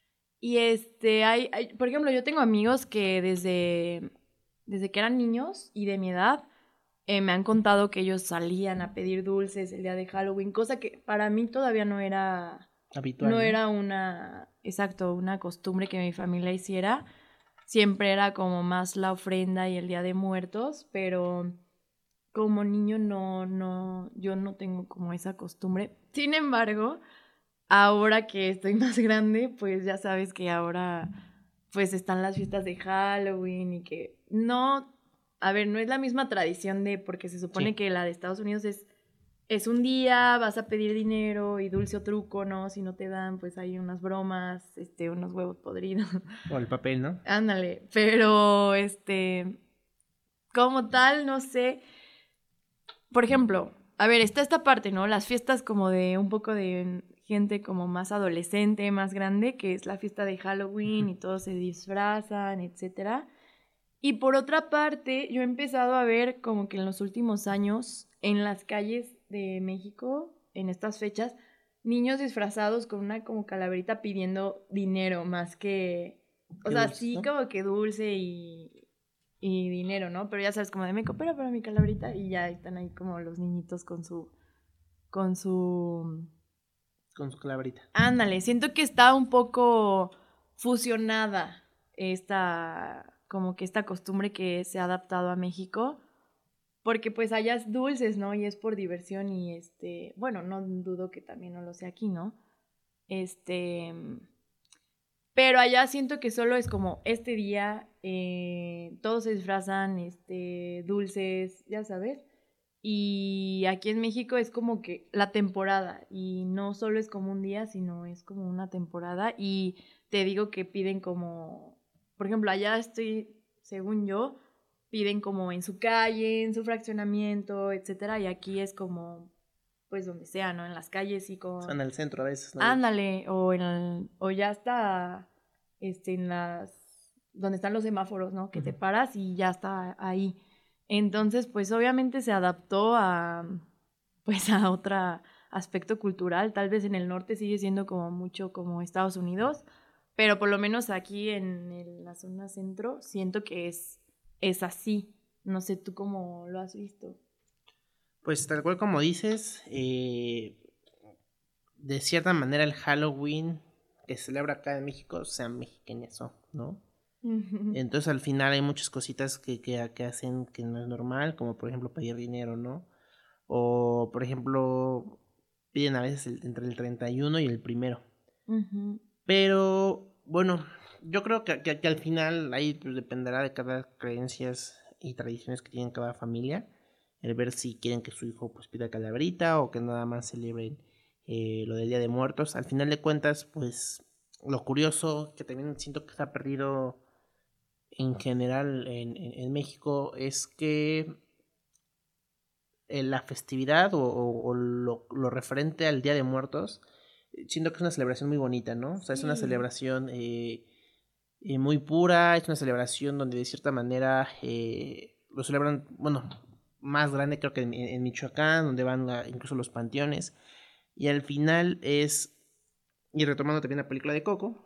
Y este, hay, hay, por ejemplo, yo tengo amigos que desde, desde que eran niños y de mi edad, eh, me han contado que ellos salían a pedir dulces el día de Halloween, cosa que para mí todavía no era, Habitual. no era una, exacto, una costumbre que mi familia hiciera. Siempre era como más la ofrenda y el Día de Muertos, pero como niño no, no, yo no tengo como esa costumbre. Sin embargo, ahora que estoy más grande, pues ya sabes que ahora pues están las fiestas de Halloween y que no, a ver, no es la misma tradición de, porque se supone Sí. que la de Estados Unidos es, es un día, vas a pedir dinero y dulce o truco, ¿no? Si no te dan, pues hay unas bromas, este, unos huevos podridos. O el papel, ¿no? Ándale, pero este, como tal, no sé. Por ejemplo, a ver, está esta parte, ¿no? Las fiestas como de un poco de gente como más adolescente, más grande, que es la fiesta de Halloween y todos se disfrazan, etcétera. Y por otra parte, yo he empezado a ver como que en los últimos años, en las calles de México, en estas fechas, niños disfrazados con una como calaverita pidiendo dinero más que... O Qué sea, dulce, sí ¿no? como que dulce y, y dinero, ¿no? Pero ya sabes, como de me coopera para mi calaverita y ya están ahí como los niñitos con su... con su... Con su calaverita. Ándale, siento que está un poco fusionada esta, como que esta costumbre que se ha adaptado a México, porque pues allá es dulces, ¿no? Y es por diversión y este, bueno, no dudo que también no lo sea aquí, ¿no? Este, pero allá siento que solo es como este día, eh, todos se disfrazan, este, dulces, ya sabes. Y aquí en México es como que la temporada y no solo es como un día, sino es como una temporada y te digo que piden como, por ejemplo, allá estoy según yo, piden como en su calle, en su fraccionamiento, etcétera, y aquí es como, pues donde sea, ¿no? En las calles y con... En el centro a veces, ¿no? Ándale, o en el, o ya está, este, en las, donde están los semáforos, ¿no? Que uh-huh. te paras y ya está ahí. Entonces, pues obviamente se adaptó a, pues a otro aspecto cultural. Tal vez en el norte sigue siendo como mucho como Estados Unidos, pero por lo menos aquí en el, la zona centro siento que es, es así. No sé tú cómo lo has visto. Pues tal cual como dices, eh, de cierta manera el Halloween que se celebra acá en México se mexicanizó, ¿no? Uh-huh. Entonces al final hay muchas cositas que, que, que hacen que no es normal, como por ejemplo pedir dinero, ¿no? O por ejemplo piden a veces el, entre el treinta y uno y el primero. Uh-huh. Pero bueno, yo creo que, que, que al final ahí pues, dependerá de cada creencias y tradiciones que tienen cada familia, el ver si quieren que su hijo pues pida calaverita o que nada más celebren eh, lo del Día de Muertos. Al final de cuentas, pues lo curioso que también siento que se ha perdido en general en, en, en México es que eh, la festividad o, o, o lo, lo referente al Día de Muertos, siento que es una celebración muy bonita, ¿no? O sea, sí. Es una celebración eh, eh, muy pura, es una celebración donde de cierta manera eh, lo celebran, bueno, más grande creo que en, en Michoacán, donde van a, incluso los panteones, y al final es, y retomando también la película de Coco,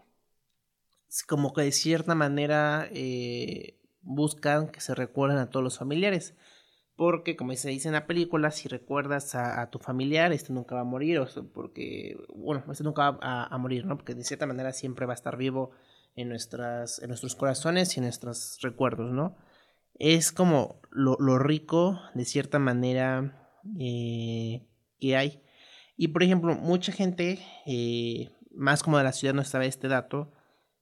es como que de cierta manera eh, buscan que se recuerden a todos los familiares, porque como se dice en la película, si recuerdas a, a tu familiar, este nunca va a morir, o sea, porque, bueno, este nunca va a, a morir, ¿no? Porque de cierta manera siempre va a estar vivo en, nuestras, en nuestros corazones y en nuestros recuerdos, ¿no? Es como lo, lo rico, de cierta manera, eh, que hay. Y, por ejemplo, mucha gente, eh, más como de la ciudad no sabe este dato,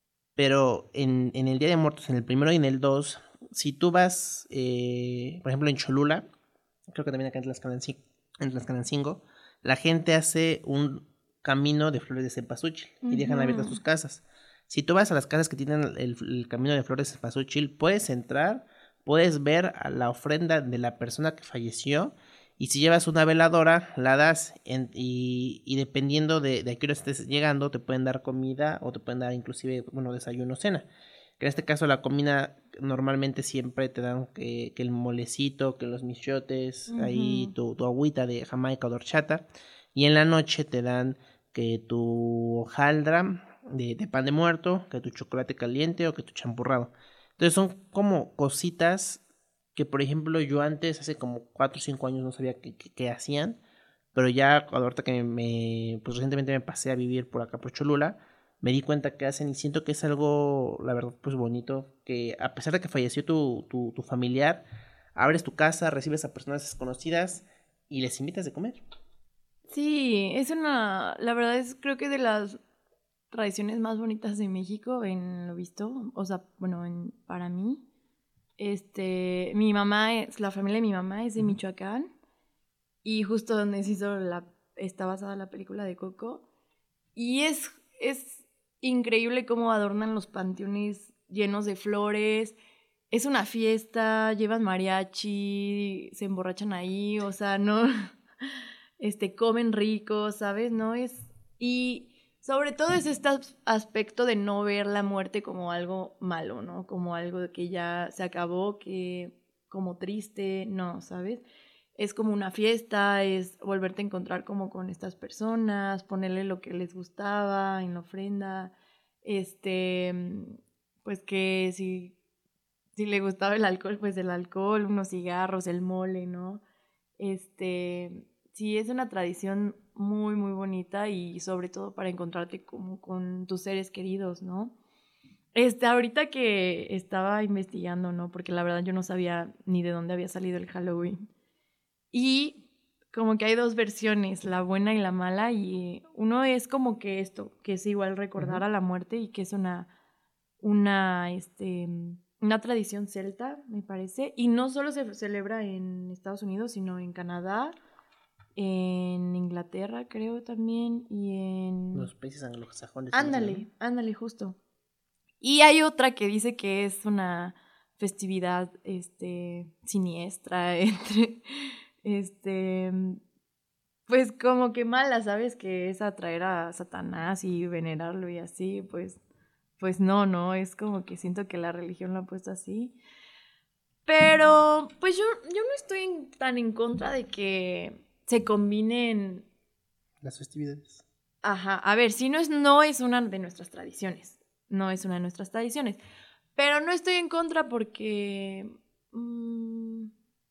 pero en, en el Día de Muertos, en el primero y en el dos, si tú vas, eh, por ejemplo, en Cholula, creo que también acá en Tlaxcalancingo, en Tlaxcalancingo, la gente hace un camino de flores de cempasúchil uh-huh. y dejan abiertas sus casas. Si tú vas a las casas que tienen el, el camino de flores de cempasúchil, puedes entrar, puedes ver a la ofrenda de la persona que falleció, y si llevas una veladora, la das en, y, y dependiendo de, de a qué hora estés llegando, te pueden dar comida o te pueden dar inclusive, bueno, desayuno o cena. Que en este caso la comida normalmente siempre te dan que, que el molecito, que los michotes, uh-huh. ahí tu, tu agüita de jamaica o de horchata. Y en la noche te dan que tu hojaldra de, de pan de muerto, que tu chocolate caliente o que tu champurrado. Entonces son como cositas que, por ejemplo, yo antes, hace como cuatro o cinco años no sabía qué, qué, qué hacían, pero ya ahorita que me, pues recientemente me pasé a vivir por acá por Cholula, me di cuenta que hacen y siento que es algo, la verdad, pues bonito, que a pesar de que falleció tu, tu, tu familiar, abres tu casa, recibes a personas desconocidas y les invitas de comer. Sí, es una, la verdad es creo que de las tradiciones más bonitas de México en lo visto, o sea, bueno, en, para mí. Este, mi mamá es, la familia de mi mamá es de Michoacán y justo donde se hizo la, está basada la película de Coco y es, es increíble cómo adornan los panteones llenos de flores, es una fiesta, llevan mariachi, se emborrachan ahí, o sea, no, este, comen rico, ¿sabes? No es, y sobre todo es este aspecto de no ver la muerte como algo malo, ¿no? Como algo que ya se acabó, que como triste, no, ¿sabes? Es como una fiesta, es volverte a encontrar como con estas personas, ponerle lo que les gustaba en la ofrenda, este, pues que si, si le gustaba el alcohol, pues el alcohol, unos cigarros, el mole, ¿no? Este, sí, es una tradición muy, muy bonita y sobre todo para encontrarte como con tus seres queridos, ¿no? Este, ahorita que estaba investigando, ¿no? Porque la verdad yo no sabía ni de dónde había salido el Halloween. Y como que hay dos versiones, la buena y la mala, y uno es como que esto, que es igual recordar uh-huh. a la muerte y que es una, una, este, una tradición celta, me parece. Y no solo se celebra en Estados Unidos, sino en Canadá, en Inglaterra creo también y en... los países anglosajones. Ándale, ándale, justo. Y hay otra que dice que es una festividad este, siniestra, entre, este, pues como que mala, ¿sabes? Que es atraer a Satanás y venerarlo y así, pues, pues no, no, es como que siento que la religión lo ha puesto así. Pero, pues yo, yo no estoy en, tan en contra de que se combinen las festividades. Ajá, a ver, sí, no es, no es una de nuestras tradiciones, no es una de nuestras tradiciones, pero no estoy en contra porque, mmm,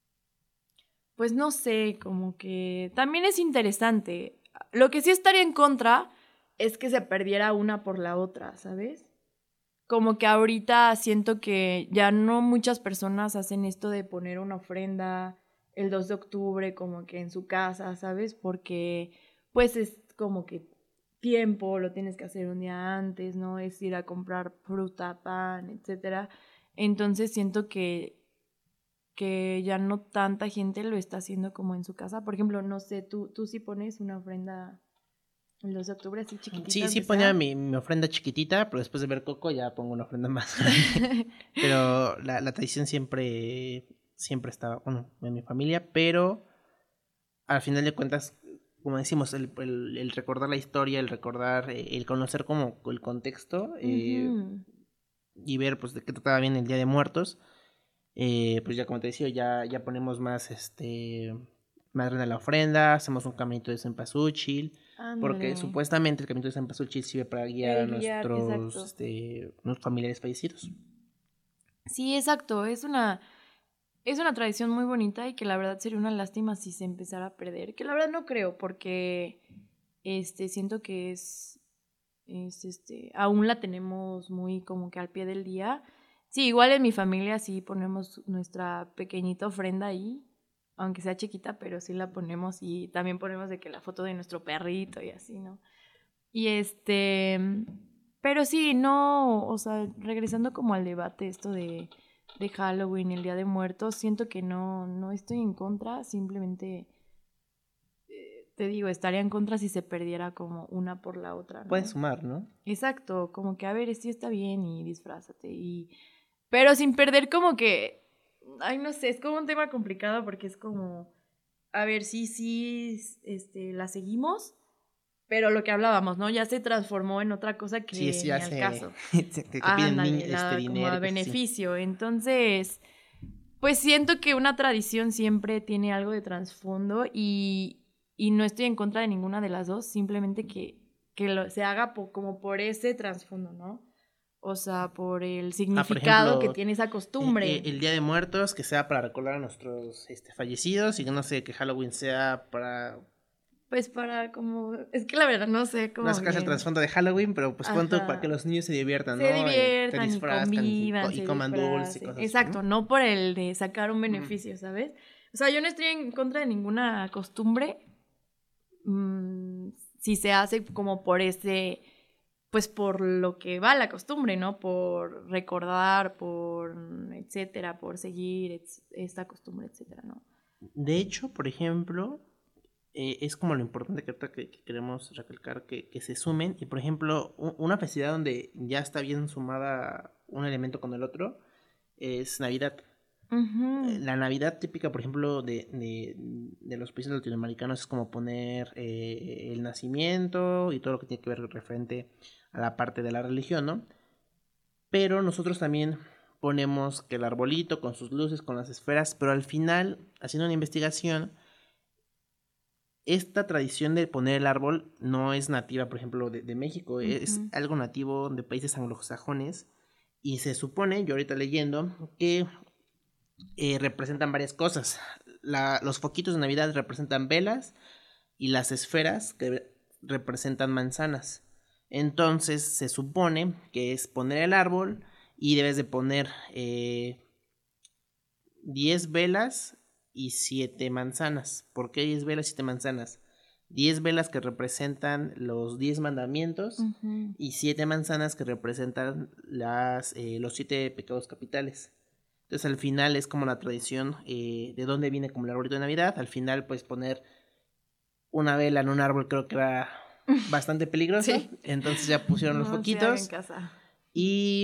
pues no sé, como que también es interesante. Lo que sí estaría en contra es que se perdiera una por la otra, ¿sabes? Como que ahorita siento que ya no muchas personas hacen esto de poner una ofrenda el dos de octubre como que en su casa, ¿sabes? Porque pues es como que tiempo, lo tienes que hacer un día antes, ¿no? Es ir a comprar fruta, pan, etcétera. Entonces siento que, que ya no tanta gente lo está haciendo como en su casa. Por ejemplo, no sé, tú, tú sí pones una ofrenda el dos de octubre así chiquitita. Sí, sí ponía mi, mi ofrenda chiquitita, pero después de ver Coco ya pongo una ofrenda más grande. Pero la, la tradición siempre, siempre estaba, bueno, en mi familia, pero al final de cuentas, como decimos, el, el, el recordar la historia, el recordar, eh, el conocer como el contexto eh, uh-huh. y ver pues de qué trataba bien el Día de Muertos, eh, pues ya como te decía, ya, ya ponemos más, este, más grande la ofrenda, hacemos un caminito de cempasúchil, Andale. Porque supuestamente el caminito de cempasúchil sirve para guiar a nuestros, este, nuestros familiares fallecidos. Sí, exacto, es una... Es una tradición muy bonita y que la verdad sería una lástima si se empezara a perder. Que la verdad no creo, porque este, siento que es, es este, aún la tenemos muy como que al pie del día. Sí, igual en mi familia sí ponemos nuestra pequeñita ofrenda ahí, aunque sea chiquita, pero sí la ponemos y también ponemos de que la foto de nuestro perrito y así, ¿no? Y este, pero sí, no, o sea, regresando como al debate esto de... de Halloween, el Día de Muertos, siento que no, no estoy en contra, simplemente eh, te digo, estaría en contra si se perdiera como una por la otra, ¿no? Puedes sumar, ¿no? Exacto, como que a ver, sí está bien y disfrázate, y pero sin perder como que, ay, no sé, es como un tema complicado porque es como, a ver, sí, sí, este, la seguimos, pero lo que hablábamos, ¿no? Ya se transformó en otra cosa que sí, sí, ni ya al se, caso. que, que ah, piden ándale, ni, este, la, dinero. Como a beneficio. Sí. Entonces, pues siento que una tradición siempre tiene algo de trasfondo y, y no estoy en contra de ninguna de las dos, simplemente que, que lo, se haga po, como por ese trasfondo, ¿no? O sea, por el significado ah, por ejemplo, que tiene esa costumbre. El, el Día de Muertos, que sea para recordar a nuestros este, fallecidos, y que no sé, que Halloween sea para... Pues para como... Es que la verdad no sé cómo... No sacarse el trasfondo de Halloween, pero pues pronto para que los niños se diviertan, se ¿no? Se diviertan y convivan, y, y coman dulces y cosas Exacto, así, ¿no? no por el de sacar un beneficio, mm. ¿sabes? O sea, yo no estoy en contra de ninguna costumbre mmm, si se hace como por ese... Pues por lo que va la costumbre, ¿no? Por recordar, por etcétera, por seguir et- esta costumbre, etcétera, ¿no? De hecho, por ejemplo... Eh, es como lo importante que, que, que queremos recalcar que, que se sumen y por ejemplo un, una festividad donde ya está bien sumada un elemento con el otro es Navidad. Uh-huh. Eh, la Navidad típica por ejemplo de, de, de los países latinoamericanos es como poner eh, el nacimiento y todo lo que tiene que ver referente a la parte de la religión, ¿no? Pero nosotros también ponemos que el arbolito con sus luces, con las esferas, pero al final haciendo una investigación esta tradición de poner el árbol no es nativa, por ejemplo, de, de México, uh-huh. es algo nativo de países anglosajones y se supone, yo ahorita leyendo, que eh, representan varias cosas. La, los foquitos de Navidad representan velas y las esferas que representan manzanas. Entonces se supone que es poner el árbol y debes de poner eh, diez velas y siete manzanas. ¿Por qué diez velas y siete manzanas? diez velas que representan los diez mandamientos uh-huh. y siete manzanas que representan las, eh, los siete pecados capitales. Entonces al final es como la tradición eh, de dónde viene como el arbolito de Navidad. Al final pues poner una vela en un árbol creo que era bastante peligroso. Sí. Entonces ya pusieron no, los foquitos. En casa. Y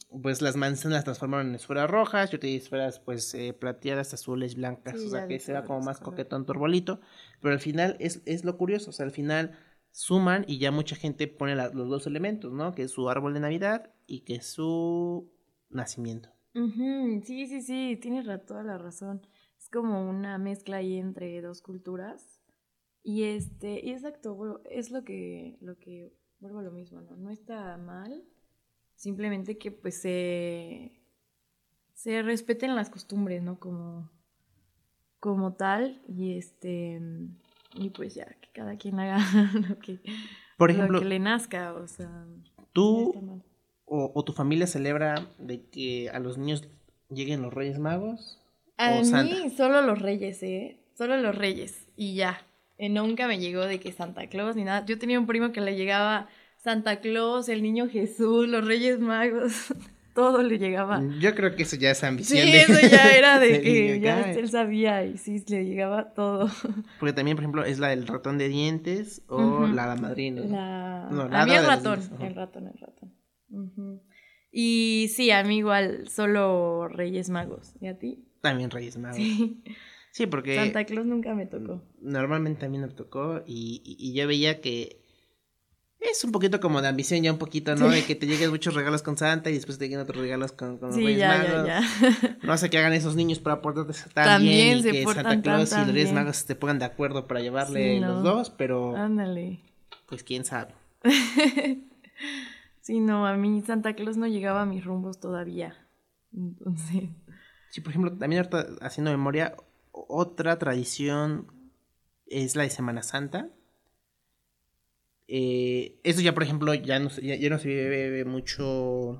pues las manzanas las transformaron en esferas rojas, yo tenía esferas pues eh, plateadas, azules, blancas, Sí, o sea ya que vi se ve como colores, más colores. coquetón tu arbolito, pero al final es, es lo curioso, o sea, al final suman y ya mucha gente pone la- los dos elementos, ¿no? Que es su árbol de Navidad y que es su nacimiento. Ujú, sí, sí, sí, tienes ra- toda la razón. Es como una mezcla ahí entre dos culturas. Y este, y exacto, vuelvo- es lo que, lo que, vuelvo a lo mismo, ¿no? No está mal, simplemente que pues se, se respeten las costumbres, ¿no? Como, como tal, y este, y pues ya, que cada quien haga lo que, Por lo ejemplo, que le nazca, o sea, no tú está mal. o, o tu familia celebra de que a los niños lleguen los Reyes Magos A o mí Santa. solo los reyes, ¿eh? Solo los reyes. Y ya. Eh, nunca me llegó de que Santa Claus ni nada. Yo tenía un primo que le llegaba Santa Claus, el niño Jesús, los Reyes Magos. Todo le llegaba. Yo creo que eso ya es Sí, ambición de- eso ya era de del que niño ya acá. él sabía y sí, le llegaba todo. Porque también, por ejemplo, es la del ratón de dientes o Ujú. la hada madrina. ¿no? La... No, la a mí hada el de los ratón, dientes, ajá. el ratón, el ratón. Ujú. Y sí, a mí igual, solo Reyes Magos. ¿Y a ti? También Reyes Magos. Sí. Sí, porque Santa Claus nunca me tocó. normalmente a mí me tocó y, y- y yo veía que es un poquito como de ambición ya un poquito, ¿no? Sí. De que te lleguen muchos regalos con Santa y después te lleguen otros regalos con, con los Sí, Reyes ya, Magos. ya, ya. No sé qué hagan esos niños para portarse tan También bien y se que portan Santa Claus tan, y los tan Reyes bien. Magos te pongan de acuerdo para llevarle Sí, los no. dos, pero Ándale. pues quién sabe. Sí, no, a mí Santa Claus no llegaba a mis rumbos todavía. Entonces, Sí, por ejemplo, también ahorita haciendo memoria, o- otra tradición es la de Semana Santa. Eh, eso ya, por ejemplo, ya no, se- ya, ya no se vive mucho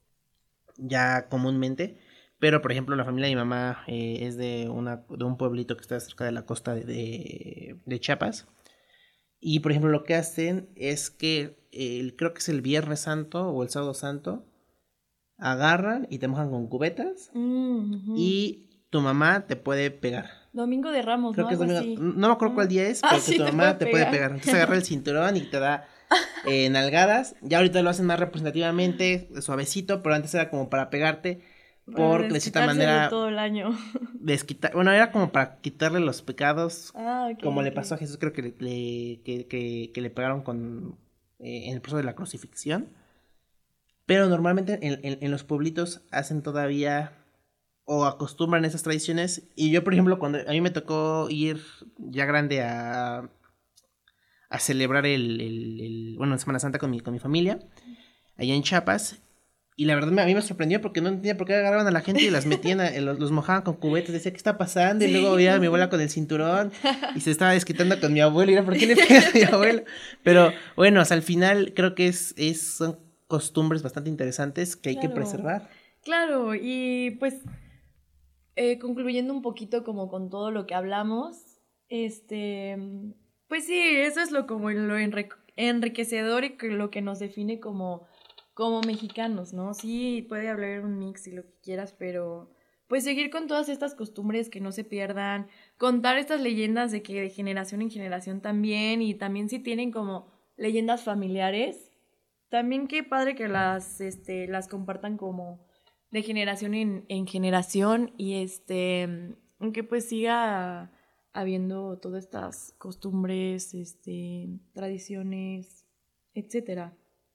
ya comúnmente, pero por ejemplo la familia de mi mamá eh, es de, una, de un pueblito que está cerca de la costa de, de, de Chiapas. Y por ejemplo lo que hacen es que el, creo que es el Viernes Santo o el Sábado Santo, agarran y te mojan con cubetas mm, ujú. y tu mamá te puede pegar. Domingo de Ramos, Creo ¿no? que es Algo domingo. así. No me acuerdo cuál día es, Ah, pero sí, que tu te mamá puede te puede pegar. pegar. Entonces agarra el cinturón y te da eh, nalgadas. Ya ahorita lo hacen más representativamente, suavecito, pero antes era como para pegarte. Para Porque de cierta desquitarse de manera todo el año. desquitar. Bueno, era como para quitarle los pecados. Ah, ok. Como le ok. pasó a Jesús, creo que le, le- que, que- que le pegaron con eh, en el proceso de la crucifixión. Pero normalmente en, en- en los pueblitos hacen todavía o acostumbran esas tradiciones. Y yo, por ejemplo, cuando a mí me tocó ir ya grande a, a celebrar el, el- el- bueno, Semana Santa con mi, con mi familia, allá en Chiapas. Y la verdad me- a mí me sorprendió porque no entendía por qué agarraban a la gente y las metían, a- los, los mojaban con cubetas, decía, ¿qué está pasando? Y luego veía a mi abuela con el cinturón y se estaba desquitando con mi abuelo y era, ¿por qué le pegas a mi abuelo? Pero bueno, o sea, al final creo que es, es son costumbres bastante interesantes que hay que Claro. preservar. Claro, y pues eh, concluyendo un poquito como con todo lo que hablamos, este, pues sí, eso es lo como lo enri- enriquecedor y que lo que nos define como, como mexicanos, ¿no? Sí, puede haber un mix y lo que quieras, pero pues seguir con todas estas costumbres que no se pierdan, contar estas leyendas de que de generación en generación también, y también si tienen como leyendas familiares, también qué padre que las, este, las compartan como de generación en, en generación y este, que pues siga habiendo todas estas costumbres, este, tradiciones, etcétera.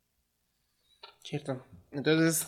Cierto. Entonces,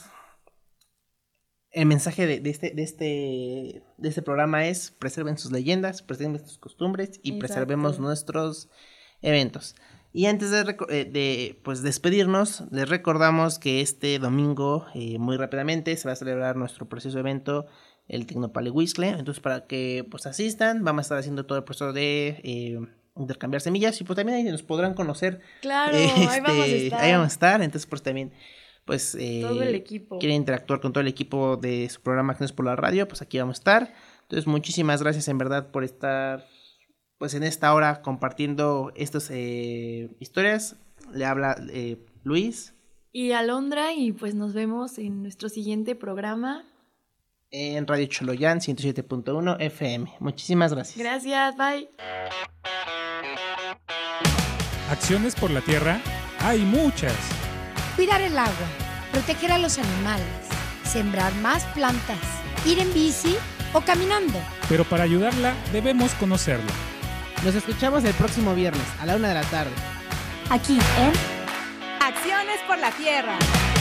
el mensaje de, de este, de, este, de este programa es preserven sus leyendas, preserven sus costumbres y Exacto. preservemos nuestros eventos. Y antes de, reco- eh, de pues despedirnos, les recordamos que este domingo, eh, muy rápidamente, se va a celebrar nuestro precioso evento, el Tecnopalehuizcle. Entonces, para que pues asistan, vamos a estar haciendo todo el proceso de eh, intercambiar semillas y pues también ahí nos podrán conocer. Claro, eh, ahí vamos a este, estar. ahí vamos a estar. Entonces, pues también, pues eh, Todo el equipo. quieren interactuar con todo el equipo de su programa Acciones por la Radio, pues aquí vamos a estar. Entonces, muchísimas gracias en verdad por estar pues en esta hora compartiendo estas eh, historias. Le habla eh, Luis Y Alondra, y pues nos vemos en nuestro siguiente programa. en Radio Choloyán ciento siete punto uno F M. Muchísimas gracias. Gracias, bye. Acciones por la tierra hay muchas. Cuidar el agua, proteger a los animales, sembrar más plantas, ir en bici o caminando. Pero para ayudarla debemos conocerla. Nos escuchamos el próximo viernes a la una de la tarde. Aquí en Acciones por la Tierra.